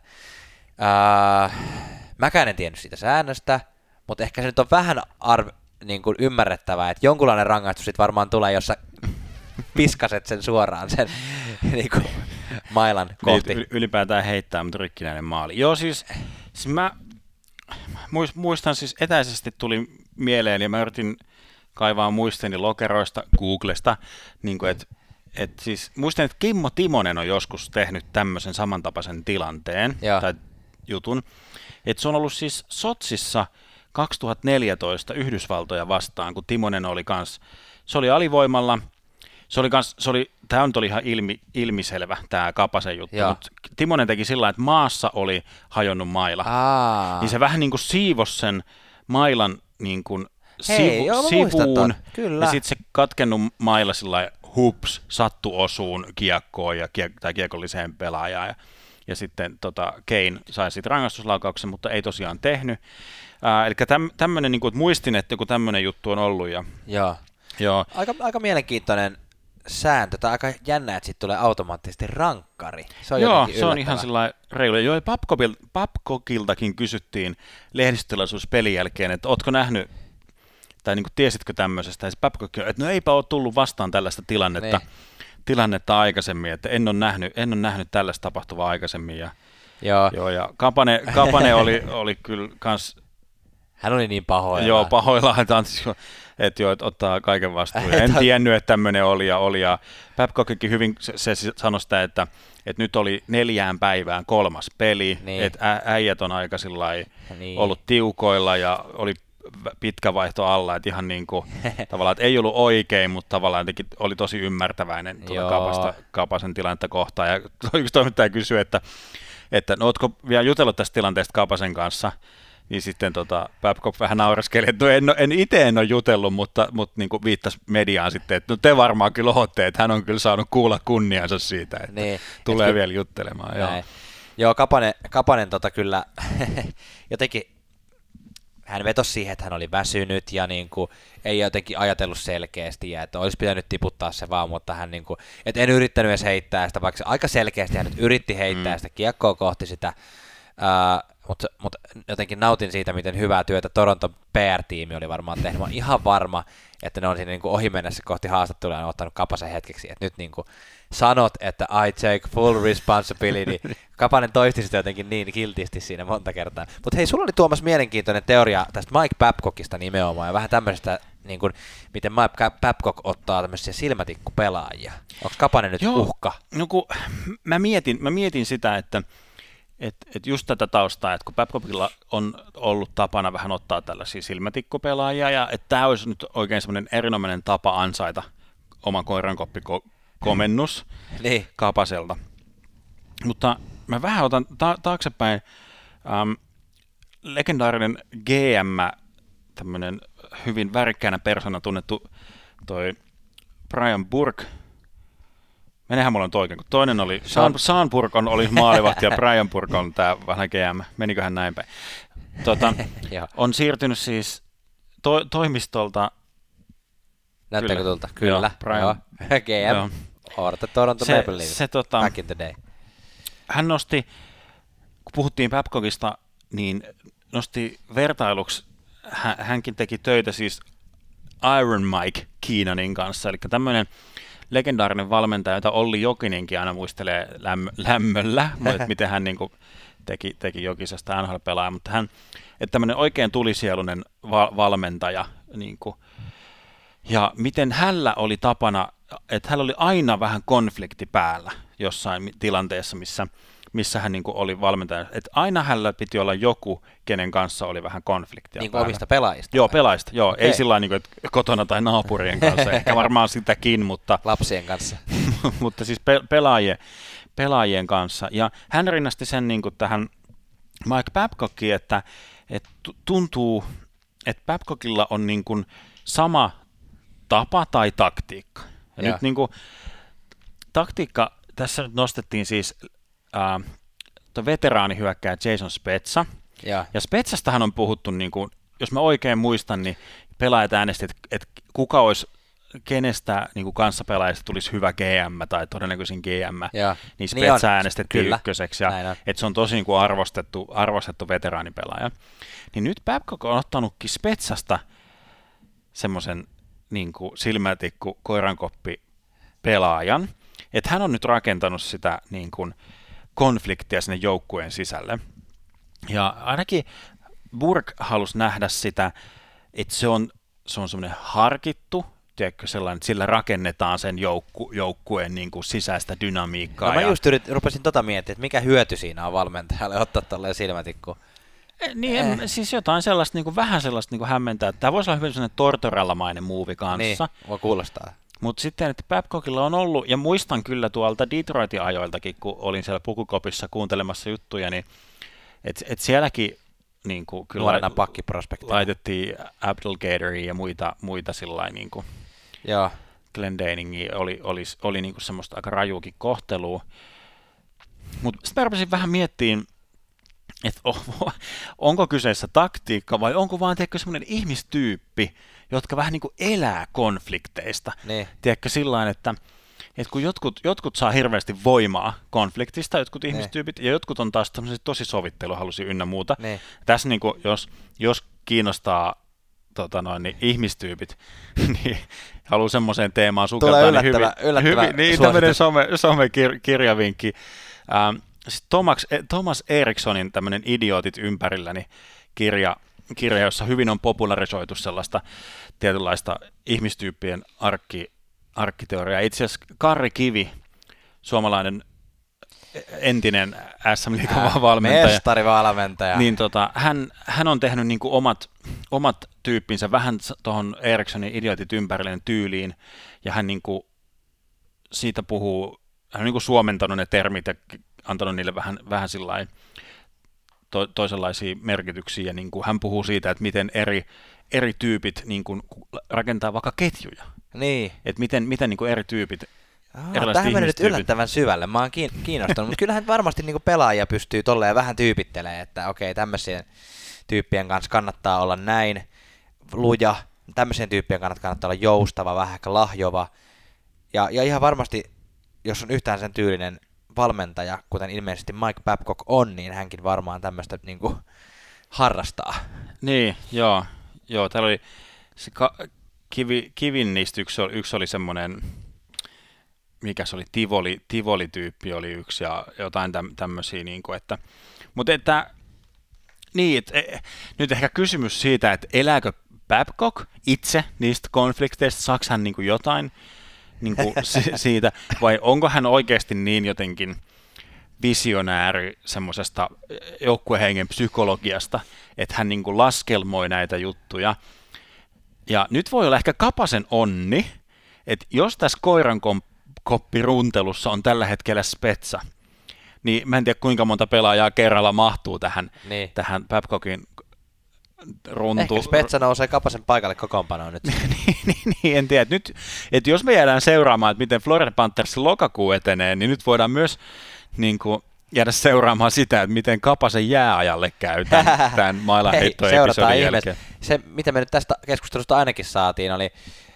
Mäkään en tiennyt siitä säännöstä, mutta ehkä se nyt on vähän niin kuin ymmärrettävää, että jonkunlainen rangaistus sit varmaan tulee, jos sä piskaset sen suoraan sen niin kuin mailan kohti. Niin, ylipäätään heittää, mutta rikkinäinen maali. Joo, siis mä muistan siis etäisesti tuli mieleen, ja mä yritin kaivaa muistini lokeroista, Googlesta, niin että siis muistan, että Kimmo Timonen on joskus tehnyt tämmöisen samantapaisen tilanteen tai jutun, että se on ollut siis Sotsissa 2014 Yhdysvaltoja vastaan, kun Timonen oli se oli alivoimalla, tämä nyt oli ihan ilmiselvä, tämä Kapasen juttu, mutta Timonen teki sillä, että maassa oli hajonnut maila. Niin se vähän niin kuin siivosi sen mailan niin kuin sivuun, ja sitten se katkennut maila sillä hups, sattu osuun kiekkoon tai kiekolliseen pelaajaan. Ja sitten Kane sai siitä rangaistuslaukauksen, mutta ei tosiaan tehnyt. Eli tämmöinen, niin kuin, että muistin, että joku tämmöinen juttu on ollut. Joo. Aika mielenkiintoinen sääntö, tai aika jännä, että siitä tulee automaattisesti rankkari. Se on ihan sellainen reilu. Joo, Babcockiltakin kysyttiin lehdistötilaisuus pelin jälkeen, että ootko nähnyt, tai niin kuin, tiesitkö tämmöisestä, ja Babcock että no eipä ole tullut vastaan tällaista tilannetta aikaisemmin, että en ole nähnyt tällaista tapahtuvaa aikaisemmin. Ja Kapanen oli kyllä kans. Hän oli niin pahoillaan. Joo, pahoillaan, että ottaa kaiken vastuun. En tiennyt, että tämmöinen oli. Ja Babcockikin hyvin se sanoi sitä, että nyt oli 4 päivään 3. peli, että äijät on aika ollut tiukoilla ja oli pitkä vaihto alla, että ihan niin kuin tavallaan, että ei ollut oikein, mutta tavallaan jotenkin oli tosi ymmärtäväinen Kapasen tilannetta kohtaan. Ja yksi toimittaja kysyi, että no ootko vielä jutellut tästä tilanteesta Kapasen kanssa, niin sitten Babcock vähän nauraskeli, että no en itse ole jutellut, mutta niin kuin viittasi mediaan sitten, että no te varmaan kyllä ohotte, että hän on kyllä saanut kuulla kunniansa siitä, että tulee vielä juttelemaan. Joo, Kapanen kyllä jotenkin hän vetosi siihen, että hän oli väsynyt ja niin kuin, ei jotenkin ajatellut selkeästi ja että olisi pitänyt tiputtaa se vaan, mutta hän niin kuin, että en yrittänyt edes heittää sitä, vaikka aika selkeästi hän nyt yritti heittää sitä kiekkoa kohti sitä, mutta jotenkin nautin siitä, miten hyvää työtä Toronton PR-tiimi oli varmaan tehnyt. Mä oon ihan varma, että ne on siinä niin kuin ohi mennessä kohti haastattelua ja ottanut Kapasen hetkeksi, että nyt niin kuin sanot, että I take full responsibility. Kapanen toisti sitä jotenkin niin kiltisti siinä monta kertaa. Mutta hei, sulla oli Tuomas mielenkiintoinen teoria tästä Mike Babcockista nimenomaan ja vähän tämmöisestä, niin kuin, miten Mike Babcock ottaa tämmöisiä silmätikkupelaajia. Onko Kapanen nyt uhka? No kun mä mietin sitä, että just tätä taustaa, että kun Babcockilla on ollut tapana vähän ottaa tällaisia silmätikkupelaajia, ja että tämä olisi nyt oikein semmoinen erinomainen tapa ansaita oma koirankoppikomennus niin. Kapaselta. Mutta mä vähän otan taaksepäin legendaarinen GM, tämmöinen hyvin värikkäänä persona tunnettu toi Brian Burke. Menehän mulla on oikein, kun toinen oli, Sean Burke oli maalivahti ja Brian Burke on tää vähän GM. Meniköhän näin päin? On siirtynyt siis toimistolta. Näyttääkö tulta? Kyllä. Joo, Brian. GM. Odotat Toronto Maple Leafs. Back in the day. Hän nosti, kun puhuttiin Babcockista, niin nosti vertailuksi, hänkin teki töitä siis Iron Mike Keenanin kanssa, eli tämmöinen legendaarinen valmentaja, jota Olli Jokinenkin aina muistelee lämmöllä, että miten hän niin kuin teki Jokisesta NHL-pelaaja, mutta hän, että tämmöinen oikein tulisieluinen valmentaja, niin kuin, ja miten hänellä oli tapana, että hänellä oli aina vähän konflikti päällä jossain tilanteessa, missä hän niin kuin oli valmentaja, että aina hänellä piti olla joku, kenen kanssa oli vähän konfliktia. Niin kuin omista pelaajista? Joo, pelaajista, joo. Okay. Ei sillä lailla, niin että kotona tai naapurien kanssa, ehkä varmaan sitäkin, mutta lapsien kanssa. mutta siis pelaajien kanssa. Ja hän rinnasti sen niin kuin tähän Mike Babcockiin, että tuntuu, että Babcockilla on niin kuin sama tapa tai taktiikka. Ja nyt niin kuin, taktiikka, tässä nyt nostettiin siis veteraanihyökkääjä Jason Spezza. Ja Spezzastahan on puhuttu, niin kuin, jos mä oikein muistan, niin pelaajat äänestivät, että kuka olisi kenestä niin kuin kanssapelaajista tulisi hyvä GM tai todennäköisin GM, niin Spezza äänestettiin ykköseksi, ja että se on tosi niin kuin arvostettu veteraanipelaaja. Niin nyt Babcock on ottanutkin Spezzasta semmoisen niin kuin silmätikku koirankoppi pelaajan, että hän on nyt rakentanut sitä niin kuin konfliktia sinne joukkueen sisälle. Ja ainakin Burke halusi nähdä sitä, että se on semmoinen harkittu, tiedätkö, sellainen, että sillä rakennetaan sen joukkueen niin kuin sisäistä dynamiikkaa. No mä just rupesin miettimään, että mikä hyöty siinä on valmentajalle ottaa tolleen silmätikkuun. Niin, siis jotain sellaista, niin kuin, vähän sellaista niin kuin hämmentää. Tämä voisi olla hyvin sellainen Tortorella-mainen muuvi kanssa. Niin, voi kuulostaa. Mutta sitten, että Babcockilla on ollut, ja muistan kyllä tuolta Detroitin ajoiltakin, kun olin siellä Pukukopissa kuuntelemassa juttuja, niin että sielläkin niin kuin, kyllä nuorena pakkiprospektina laitettiin Abdelgaderia ja muita sillain, niin kuin Glendeningia oli niin kuin semmoista aika rajuukin kohtelua. Mutta sitten mä rupesin vähän miettimään, että onko kyseessä taktiikka vai onko vaan semmoinen ihmistyyppi, jotka vähän niin kuin elää konflikteista. Niin. Tiedätkö sillain, että kun jotkut saa hirveästi voimaa konfliktista, jotkut ihmistyypit, ja jotkut on taas tosi sovitteluhalusia ynnä muuta. Niin. Tässä niin kuin, jos kiinnostaa niin ihmistyypit, niin haluaa semmoiseen teemaan sukeltaa. Tulee yllättävä niin tämmöinen somekirjavinkki. Thomas Erikssonin tämmöinen Idiotit ympärilläni kirja, jossa hyvin on popularisoitu sellaista tietynlaista ihmistyyppien arkkiteoriaa. Itse asiassa Karri Kivi, suomalainen entinen SM-liigan valmentaja. Mestarivalmentaja. Niin hän on tehnyt niin kuin omat tyyppinsä vähän tuohon Erikssonin Idiotit ympärille tyyliin, ja hän niin kuin siitä puhuu, hän on niin kuin suomentanut ne termit ja antanut niille vähän sillain toisenlaisia merkityksiä, ja niin kuin hän puhuu siitä, että miten eri tyypit niin kuin rakentaa vaikka ketjuja. Niin. Että miten niin kuin eri tyypit, tähän meni nyt yllättävän syvälle. Mä oon kiinnostunut, mutta kyllähän varmasti niin kuin pelaajia pystyy tolleen vähän tyypittelemään, että okei, tyyppien kanssa kannattaa olla näin luja, tämmöisen tyyppien kannattaa olla joustava, vähän ehkä lahjova. Ja ihan varmasti, jos on yhtään sen tyylinen valmentaja, kuten ilmeisesti Mike Babcock on, niin hänkin varmaan tämmöistä niin kuin harrastaa. Niin, joo. Täällä oli se Kivin niistä yksi oli semmoinen, mikä se oli, Tivoli-tyyppi oli yksi ja jotain tämmöisiä, niin kuin, että, mutta että, niin, nyt ehkä kysymys siitä, että elääkö Babcock itse niistä konflikteista, saako hän niin kuin jotain niin kuin siitä, vai onko hän oikeasti niin jotenkin visionääri semmoisesta joukkuehengen psykologiasta, että hän niin kuin laskelmoi näitä juttuja. Ja nyt voi olla ehkä Kapasen onni, että jos tässä koirankoppi-runtelussa on tällä hetkellä Spetsa, niin mä en tiedä kuinka monta pelaajaa kerralla mahtuu tähän Babcockin runtuun. Ehkä Spetsa nousee Kapasen paikalle kokoonpanoon nyt. niin, en tiedä. Nyt, että jos me jäädään seuraamaan, että miten Florida Panthersin lokakuu etenee, niin nyt voidaan myös niin kuin jäädä seuraamaan sitä, että miten Kapasen jääajalle käy tämän mailanheitto-episodin jälkeen. Se, mitä me nyt tästä keskustelusta ainakin saatiin, oli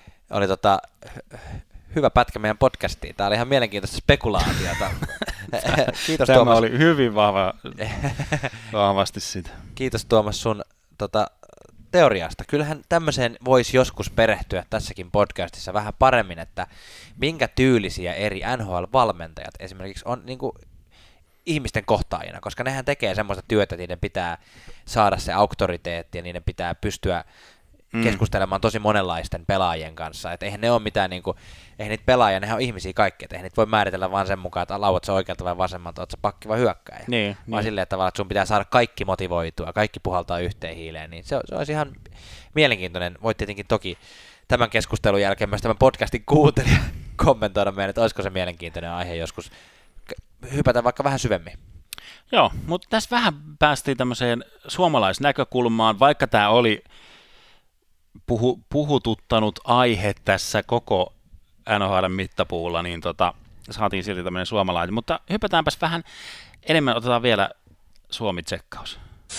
hyvä pätkä meidän podcastiin. Tämä oli ihan mielenkiintoista spekulaatiota. Kiitos Tämä Tuomas. oli hyvin vahvasti sitä. Kiitos Tuomas sun teoriasta. Kyllähän tämmöiseen voisi joskus perehtyä tässäkin podcastissa vähän paremmin, että minkä tyylisiä eri NHL-valmentajat esimerkiksi on niin kuin ihmisten kohtaajina, koska nehän tekee semmoista työtä, että niiden pitää saada se auktoriteetti ja niiden pitää pystyä keskustelemaan tosi monenlaisten pelaajien kanssa. Et eihän ne ole mitään, niinku, eihän niitä pelaajia, nehän on ihmisiä kaikki, et eihän niitä voi määritellä vaan sen mukaan, että lauat sä oikealta vai vasemmalta, oot sä pakki vai hyökkääjä. Vaan silleen, että tavallaan, että sun pitää saada kaikki motivoitua, kaikki puhaltaa yhteen hiileen, niin se olisi ihan mielenkiintoinen. Voit tietenkin toki tämän keskustelun jälkeen myös tämän podcastin kuuntelija kommentoida meidän, että olisiko se mielenkiintoinen aihe joskus hypätä vaikka vähän syvemmin. Joo, mutta tässä vähän päästiin tämmöiseen suomalaisnäkökulmaan, vaikka tämä oli puhututtanut aihe tässä koko NHL:n mittapuulla, niin saatiin silti tämmöinen suomalainen. Mutta hypätäänpäs vähän enemmän, otetaan vielä Suomi-tsekkaus.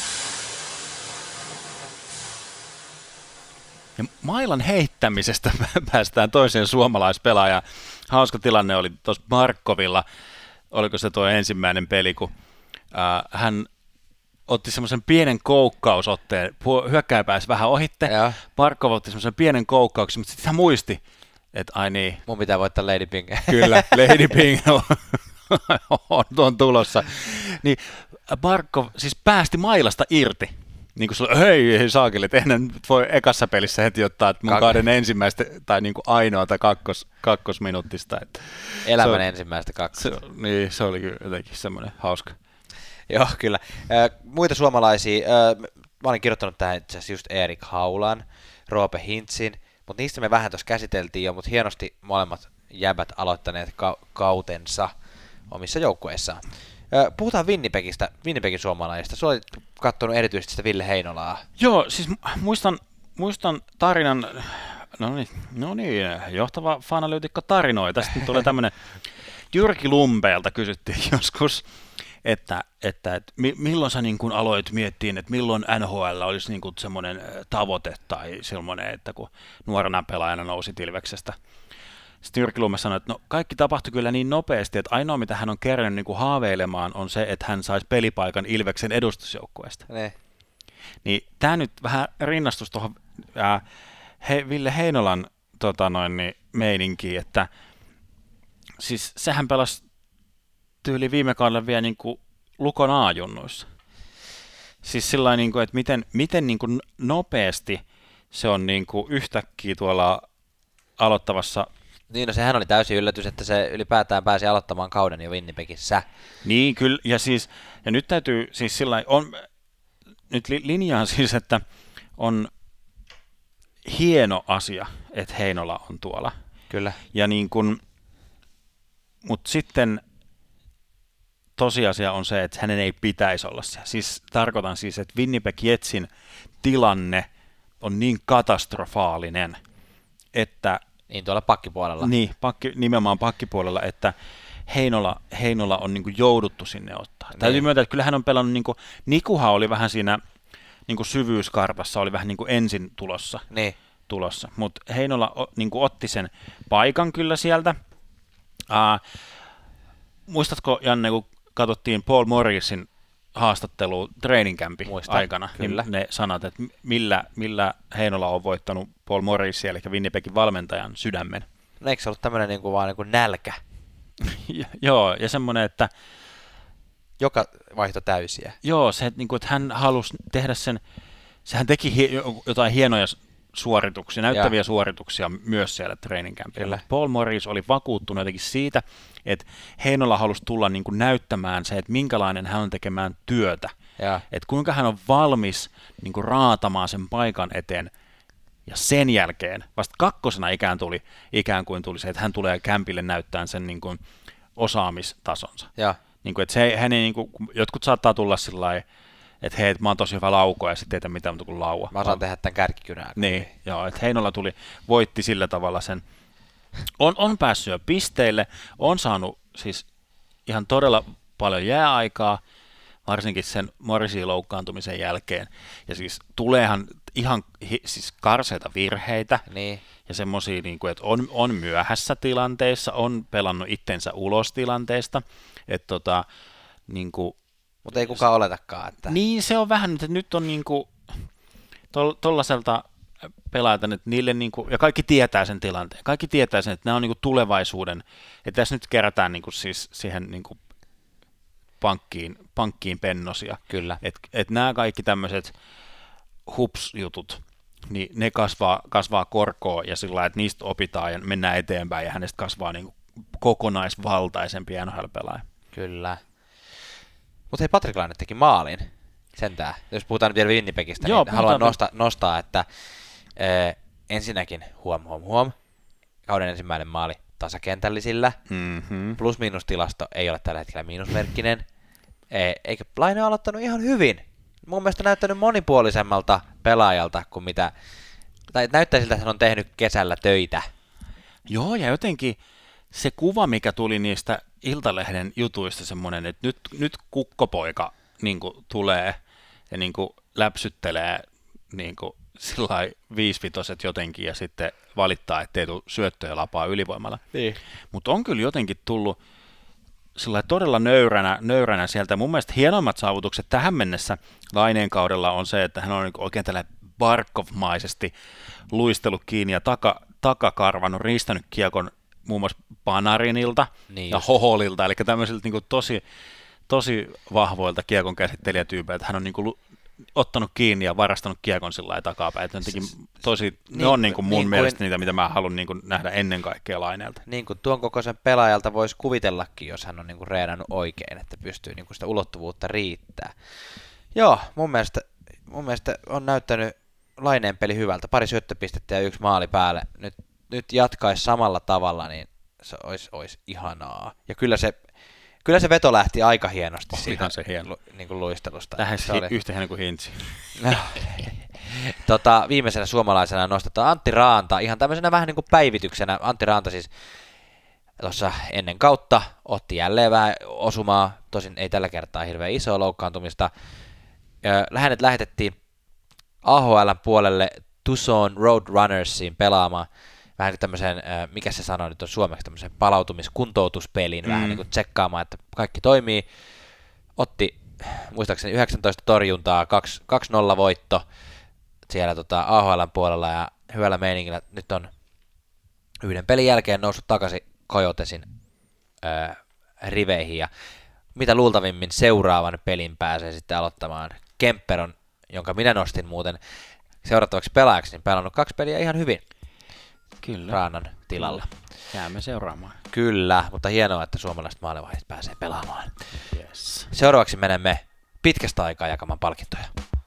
Ja mailan heittämisestä päästään toiseen suomalaispelaajaan. Hauska tilanne oli tuossa Markovilla, oliko se tuo ensimmäinen peli, kun hän otti semmoisen pienen koukkausotteen, hyökkääjä pääsi vähän ohitte, Markov otti semmoisen pienen koukkauksen, mutta sitten hän muisti, että ai niin. Mun pitää voittaa Lady Ping. Kyllä, Lady Ping on tulossa. Niin Markov siis päästi mailasta irti. Niin kuin sulla, hei saakeli, että eihän nyt voi ekassa pelissä heti ottaa mun kahden ensimmäistä tai niin kuin ainoata kakkosminuuttista. Elämän ensimmäistä Niin, se oli kyllä jotenkin semmoinen hauska. Joo, kyllä. Muita suomalaisia, mä olin kirjoittanut tähän itse asiassa just Erik Haulan, Roope Hintzin, mutta niistä me vähän tuossa käsiteltiin jo, mutta hienosti molemmat jäbät aloittaneet kautensa omissa joukkueissaan. Puhutaan Winnipegin suomalaisista. Sä olit katsonut erityisesti sitä Ville Heinolaa. Joo, siis muistan tarinan, no niin, johtava fanalyytikko tarinoi. Tästä nyt tulee tämmöinen, Jyrki Lumpeelta kysyttiin joskus, että milloin sä niin kun aloit miettiin, että milloin NHL olisi niin kun semmoinen tavoite tai semmoinen, että kun nuorena pelaajana nousi Ilveksestä. Sitten Jyrki Lumme sanoi, että no, kaikki tapahtui kyllä niin nopeasti, että ainoa mitä hän on kerännyt niin kuin haaveilemaan on se, että hän saisi pelipaikan Ilveksen edustusjoukkueesta. Niin tämä nyt vähän rinnastus tuohon Ville Heinolan meininkiin, että siis sehän pelasi tyyli viime kaudella vielä niin kuin Lukon A-junnuissa. Siis sillain, niin kuin, että miten niin kuin nopeasti se on niin kuin yhtäkkiä tuolla aloittavassa. Niin, no sehän oli täysin yllätys, että se ylipäätään pääsi aloittamaan kauden jo Winnipegissä. Niin, kyllä, ja nyt täytyy siis sillain, nyt linjaan siis, että on hieno asia, että Heinola on tuolla. Kyllä. Ja niin kuin, mutta sitten tosiasia on se, että hänen ei pitäisi olla siellä. Siis tarkoitan siis, että Winnipeg Jetsin tilanne on niin katastrofaalinen, että niin tuolla pakkipuolella. Niin, nimenomaan pakkipuolella, että Heinola on niin kuin jouduttu sinne ottaa. Täytyy myöntää, että kyllä hän on pelannut, niin kuin, Nikuha oli vähän siinä niin kuin syvyyskartassa oli vähän niin kuin ensin tulossa. Mutta Heinola niin kuin otti sen paikan kyllä sieltä. Muistatko, Janne, kun katsottiin Paul Morrisin haastattelua training campin aikana, kyllä. Niin ne sanat, että millä Heinola on voittanut Paul Morrisia, eli Winnipegin valmentajan sydämen. No eikö se ollut tämmöinen niinku vaan niinku nälkä? Joo, ja semmoinen, että joka vaihto täysiä. Joo, se, että hän halusi tehdä sehän teki jotain hienoja suorituksia, näyttäviä suorituksia myös siellä training campilla. Paul Morris oli vakuuttunut jotenkin siitä, että Heinola halusi tulla niin kuin näyttämään se, että minkälainen hän on tekemään työtä. Että kuinka hän on valmis niin kuin raatamaan sen paikan eteen. Ja sen jälkeen, vasta kakkosena ikään kuin tuli se, että hän tulee kämpille näyttämään sen niin kuin osaamistasonsa. Niin kuin, että hän ei, niin kuin, jotkut saattaa tulla sillä lailla, että hei, mä oon tosi hyvä laukoja ja sitten ei tee mitään muuta kuin laua. Mä osaan tehdä tämän kärkikynää. Niin, joo, että Heinola voitti sillä tavalla sen. On päässyt jo pisteille, on saanut siis ihan todella paljon jääaikaa, varsinkin sen Morrisin loukkaantumisen jälkeen. Ja siis tuleehan ihan siis karseita virheitä ja semmoisia, niin kuin, että on myöhässä tilanteissa, on pelannut itsensä ulos tilanteesta. Että niin kuin, mutta ei kukaan oletakaan. Että niin, se on vähän, että nyt on niin kuin tollaiselta pelaajalta, että niille niin kuin, ja kaikki tietää sen tilanteen. Kaikki tietää sen, että nämä on niin kuin tulevaisuuden, että tässä nyt kerätään niin kuin siis siihen niin kuin pankkiin pennosia. Kyllä. Että nämä kaikki tämmöiset hups-jutut, niin ne kasvaa korkoa ja sillä lailla, että niistä opitaan ja mennään eteenpäin ja hänestä kasvaa niin kuin kokonaisvaltaisempi NHL-pelaaja. Kyllä. Mutta hei, Patrik Laine teki maalin sentään. Jos puhutaan nyt vielä Winnipegistä, niin haluan nostaa, että ensinnäkin huom, kauden ensimmäinen maali tasakentällisillä. Plus-miinus-tilasto ei ole tällä hetkellä miinusmerkkinen. Eikä Laine aloittanut ihan hyvin. Mun mielestä näyttänyt monipuolisemmalta pelaajalta kuin mitä, tai näyttää siltä, että hän on tehnyt kesällä töitä. Joo, ja jotenkin se kuva, mikä tuli niistä Iltalehden jutuista, semmoinen, että nyt kukkopoika niin kuin tulee ja niin kuin läpsyttelee niin kuin sillai 5-5 jotenkin ja sitten valittaa, ettei tule syöttöjä lapaa ylivoimalla. Niin. Mutta on kyllä jotenkin tullut sillai todella nöyränä sieltä. Mun mielestä hienoimmat saavutukset tähän mennessä Laineen kaudella on se, että hän on oikein tällainen Barkov-maisesti luistellut kiinni ja takakarvannut, riistänyt kiekon muun muassa Panarinilta ja Hoholilta, eli tämmöisiltä niin kuin tosi vahvoilta kiekon käsittelijätyypeiltä. Hän on niin kuin ottanut kiinni ja varastanut kiekon sillä lailla takapäin. Ne on niin kuin mun mielestä niitä, mitä mä haluan niin kuin nähdä ennen kaikkea Laineelta. Niin kuin tuon kokoisen pelaajalta voisi kuvitellakin, jos hän on niin kuin reenannut oikein, että pystyy niin kuin sitä ulottuvuutta riittää. Joo, mun mielestä on näyttänyt Laineen peli hyvältä. Pari syöttöpistettä ja 1 maali päälle. Nyt jatkaisi samalla tavalla, niin se olisi ihanaa. Ja kyllä se veto lähti aika hienosti siitä niin kuin luistelusta. Lähes yhtä hieno kuin Hintsi. Viimeisenä suomalaisena nostetaan Antti Raanta, ihan tämmöisenä vähän niin kuin päivityksenä. Antti Raanta siis tuossa ennen kautta otti jälleen vähän osumaa, tosin ei tällä kertaa hirveän isoa loukkaantumista. Hänet lähetettiin AHL:n puolelle Tucson Roadrunnersiin pelaamaan vähän niin kuin tämmöiseen, mikä se sanoo nyt on suomeksi, tämmöiseen palautumiskuntoutuspeliin, vähän niin kuin tsekkaamaan, että kaikki toimii. Otti muistaakseni 19 torjuntaa, 2-0 voitto siellä AHL:n puolella ja hyvällä meiningillä nyt on yhden pelin jälkeen noussut takaisin Coyotesin riveihin ja mitä luultavimmin seuraavan pelin pääsee sitten aloittamaan. Kemper on, jonka minä nostin muuten seurattavaksi pelaajaksi, niin pelannut 2 peliä ihan hyvin. Kyllä. Raanan tilalla. Jäämme seuraamaan. Kyllä, mutta hienoa, että suomalaiset maalivahdit pääsee pelaamaan. Yes. Seuraavaksi menemme pitkästä aikaa jakamaan palkintoja.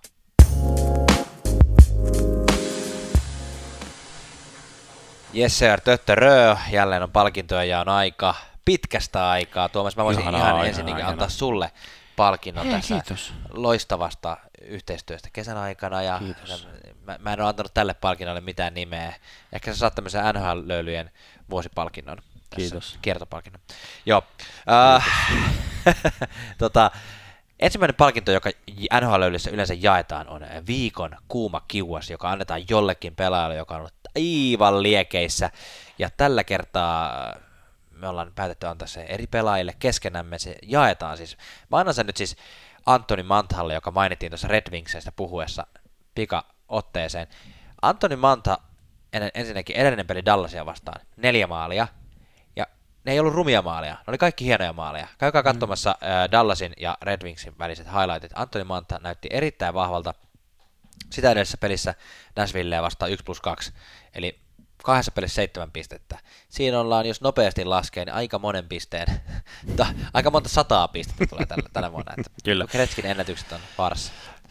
Yes sir, töttörö. Jälleen on palkintoja ja on aika pitkästä aikaa. Tuomas, mä voisin ihan ensinnäkin antaa sulle palkinnon tässä loistavasta yhteistyöstä kesän aikana. Ja mä en ole antanut tälle palkinnolle mitään nimeä. Ehkä sä saat tämmöisen NHL-löylyjen vuosipalkinnon. Kiitos. Kiertopalkinnon. Joo. Ensimmäinen palkinto, joka NHL-löylyssä yleensä jaetaan, on viikon kuuma kiuas, joka annetaan jollekin pelaajalle, joka on ollut aivan liekeissä. Ja tällä kertaa me ollaan päätetty antaa se eri pelaajille keskenämme, se jaetaan siis. Mä annan sen nyt siis Antoni Manthalle, joka mainittiin tuossa Red Wingsistä puhuessa pika-otteeseen. Antoni Mantha, ensinnäkin edellinen peli Dallasia vastaan, 4 maalia. Ja ne ei ollut rumia maaleja, ne oli kaikki hienoja maaleja. Käykää katsomassa Dallasin ja Red Wingsin väliset highlightit. Antoni Mantha näytti erittäin vahvalta sitä edellisessä pelissä Nashvillea vastaan 1+2, eli 2 pelissä 7 pistettä. Siinä ollaan, jos nopeasti laskee, niin aika monen pisteen, aika monta 100 pistettä tulee tänä vuonna. Kyllä. Gretzkin ennätykset on vaarassa.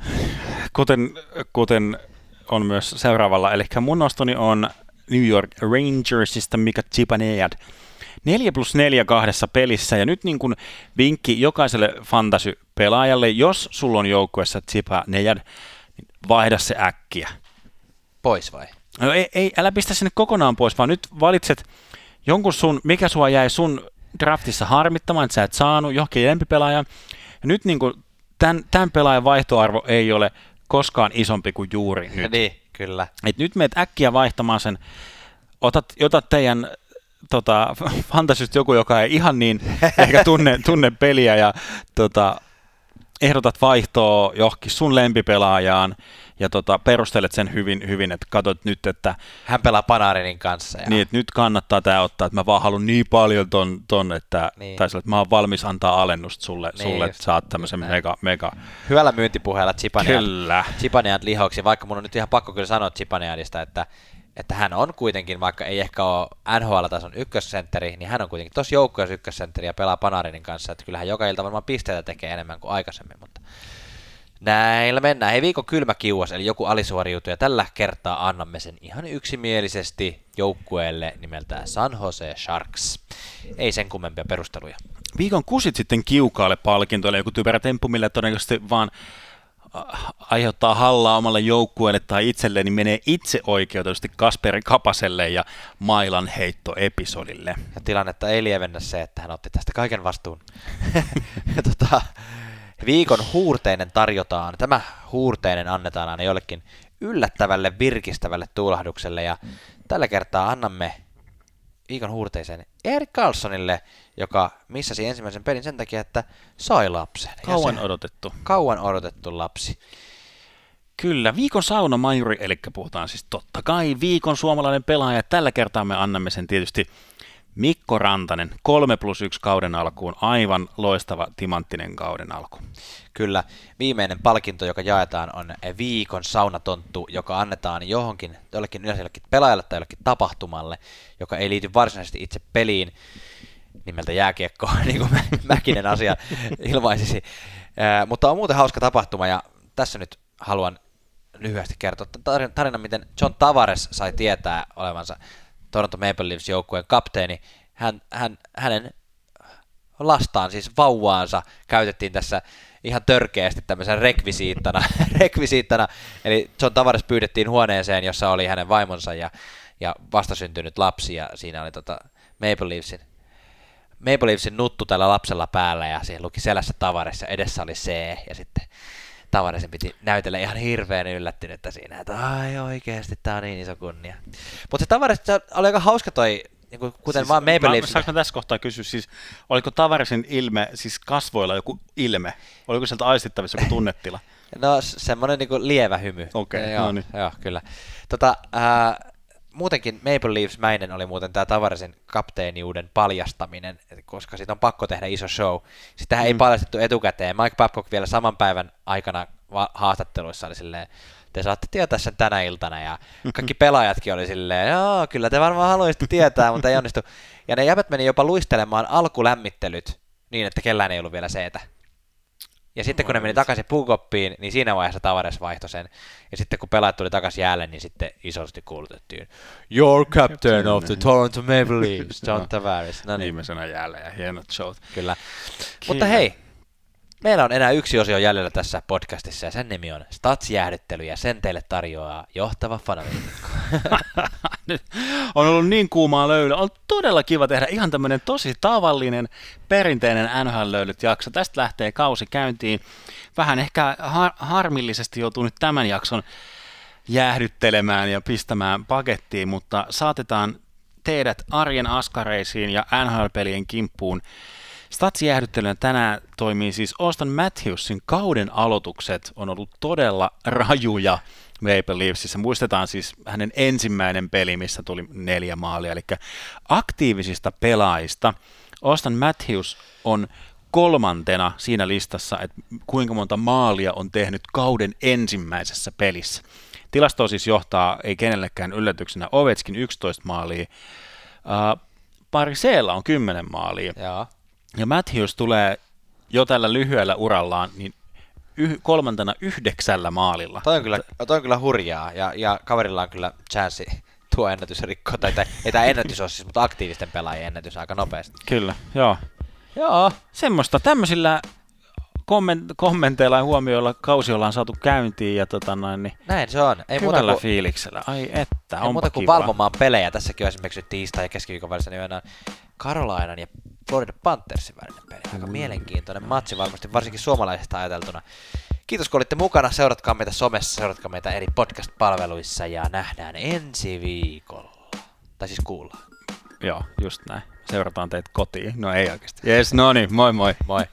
Kuten on myös seuraavalla, eli mun nostoni on New York Rangersista Mika Zibanejad. 4+4 2 pelissä, ja nyt niin kuin vinkki jokaiselle fantasy-pelaajalle, jos sulla on joukkueessa Zibanejad, niin vaihda se äkkiä. Pois vai? No ei, älä pistä sinne kokonaan pois, vaan nyt valitset jonkun mikä sua jäi sun draftissa harmittamaan, että sä et saanut johonkin lempipelaajan. Ja nyt niin kuin tämän pelaajan vaihtoarvo ei ole koskaan isompi kuin juuri nyt. Niin, kyllä. Et nyt meet äkkiä vaihtamaan sen, otat teidän fantasystä joku, joka ei ihan niin ehkä tunne peliä ja ehdotat vaihtoa johonkin sun lempipelaajaan ja perustelet sen hyvin, että katsot nyt, että hän pelaa Panarinin kanssa. Niin, että nyt kannattaa tämä ottaa, että mä vaan haluan niin paljon ton että, niin. Tai sille, että mä oon valmis antaa alennusta sulle että saat tämmöisen mega. Hyvällä myyntipuheella Zibanejad lihoksi, vaikka mun on nyt ihan pakko kyllä sanoa Zibanejadista, että hän on kuitenkin, vaikka ei ehkä ole NHL-tason ykkössentteri, niin hän on kuitenkin tossa joukkueessa ykkössentteri ja pelaa Panarinin kanssa, että kyllähän joka ilta varmaan pisteitä tekee enemmän kuin aikaisemmin, mutta näillä mennään. Hei, viikon kylmä kiuas, eli joku alisuoriutuu, ja tällä kertaa annamme sen ihan yksimielisesti joukkueelle nimeltään San Jose Sharks. Ei sen kummempia perusteluja. Viikon kusit sitten kiukaalle palkintoille, joku typerä temppu, millä todennäköisesti vaan aiheuttaa hallaa omalle joukkueelle tai itselleen, niin menee itse oikeutusti Kasperi Kapaselle ja mailan heittoepisodille. Ja tilannetta ei lievennä se, että hän otti tästä kaiken vastuun. Viikon huurteinen tarjotaan. Tämä huurteinen annetaan aina jollekin yllättävälle, virkistävälle tuulahdukselle, ja tällä kertaa annamme viikon huurteisen Erik Karlssonille, joka missasi ensimmäisen pelin sen takia, että sai lapsen. Kauan odotettu lapsi. Kyllä, viikon saunamajuri, eli puhutaan siis totta kai viikon suomalainen pelaaja. Tällä kertaa me annamme sen tietysti Mikko Rantanen, 3+1 kauden alkuun, aivan loistava timanttinen kauden alku. Kyllä, viimeinen palkinto, joka jaetaan, on viikon saunatonttu, joka annetaan jollekin pelaajalle tai jollekin tapahtumalle, joka ei liity varsinaisesti itse peliin, nimeltä jääkiekko, niin kuin Mäkinen asia ilmaisisi. Mutta on muuten hauska tapahtuma, ja tässä nyt haluan lyhyesti kertoa tarinan, miten John Tavares sai tietää olevansa Toronto Maple Leafs joukkueen kapteeni. Hänen lastaan, siis vauvaansa, käytettiin tässä ihan törkeästi tämmöisen rekvisiittana. Eli John Tavares pyydettiin huoneeseen, jossa oli hänen vaimonsa ja vastasyntynyt lapsi, ja siinä oli Maple Leafsin nuttu tällä lapsella päällä, ja siihen luki selässä Tavares, ja edessä oli C, ja sitten Tavaresen piti näytellä ihan hirveän yllättynyttä siinä, että ai oikeesti, tää on niin iso kunnia. Mutta se Tavares oli aika hauska toi, niin kuten siis vaan Maple Leafs. Saanko mä tässä kohtaa kysyä, siis oliko Tavaresen ilme, siis kasvoilla joku ilme? Oliko sieltä aistittavissa joku tunnetila? No semmoinen niin lievä hymy. Okei, no niin. Joo, kyllä. Muutenkin Maple Leafs-mäinen oli muuten tämä Tavaresen kapteeniuden paljastaminen, koska siitä on pakko tehdä iso show. Sitähän ei paljastettu etukäteen. Mike Babcock vielä saman päivän aikana haastatteluissa oli silleen, te saatte tietää sen tänä iltana, ja kaikki pelaajatkin oli silleen, joo, kyllä te varmaan haluaisitte tietää, mutta ei onnistu. Ja ne jäbät meni jopa luistelemaan alkulämmittelyt niin, että kellään ei ollut vielä seetä. Ja sitten kun ne meni takaisin puukoppiin, niin siinä vaiheessa Tavares vaihtoi sen. Ja sitten kun pelaajat tuli takaisin jäälle, niin sitten isosti kuulutettiin Your captain of the Toronto Maple Leafs, John Tavares. No niin. Viimeisenä jälleen ja hienot showt. Kyllä. Mutta hei, meillä on enää yksi osio jäljellä tässä podcastissa, ja sen nimi on Stats-jäähdyttely, ja sen teille tarjoaa johtava fanaliitikko. On ollut niin kuumaa löylyä. On todella kiva tehdä ihan tämmöinen tosi tavallinen, perinteinen NHL-löylyt-jakso. Tästä lähtee kausi käyntiin. Vähän ehkä harmillisesti joutuu nyt tämän jakson jäähdyttelemään ja pistämään pakettiin, mutta saatetaan teidät arjen askareisiin ja NHL-pelien kimppuun. Statsijäähdyttelynä tänään toimii siis Auston Matthewsin kauden aloitukset on ollut todella rajuja Maple Leafsissä. Muistetaan siis hänen ensimmäinen peli, missä tuli 4 maalia, eli aktiivisista pelaajista Auston Matthews on 3. siinä listassa, että kuinka monta maalia on tehnyt kauden ensimmäisessä pelissä. Tilastoa siis johtaa, ei kenellekään yllätyksenä, Ovechkin 11 maalia, Pariseella on 10 maalia. Ja Matthews tulee jo tällä lyhyellä urallaan niin 3. 9 maalilla. Toi on kyllä hurjaa, ja kaverilla on kyllä chanssi tuo ennätys rikkoa, tai ei tämä ennätys ole siis, mutta aktiivisten pelaajien ennätys aika nopeasti. Kyllä, joo. Semmoista tämmöisillä kommenteilla ja huomioilla kausi ollaan saatu käyntiin ja niin näin se on. Ei hyvällä muuta fiiliksellä. Ai että, ei muuta kuin valvomaan pelejä. Tässäkin on esimerkiksi tiistai- ja keskiviikon välissä niin Carolinan ja Florida Panthersin välinen peli. Aika mielenkiintoinen matsi varmasti, varsinkin suomalaisista ajateltuna. Kiitos kun olitte mukana. Seuratkaa meitä somessa, seuratkaa meitä eri podcast-palveluissa ja nähdään ensi viikolla. Tai siis kuullaan. Joo, just näin. Seurataan teitä kotiin. No ei oikeasti. Jes, no niin, moi moi. Moi.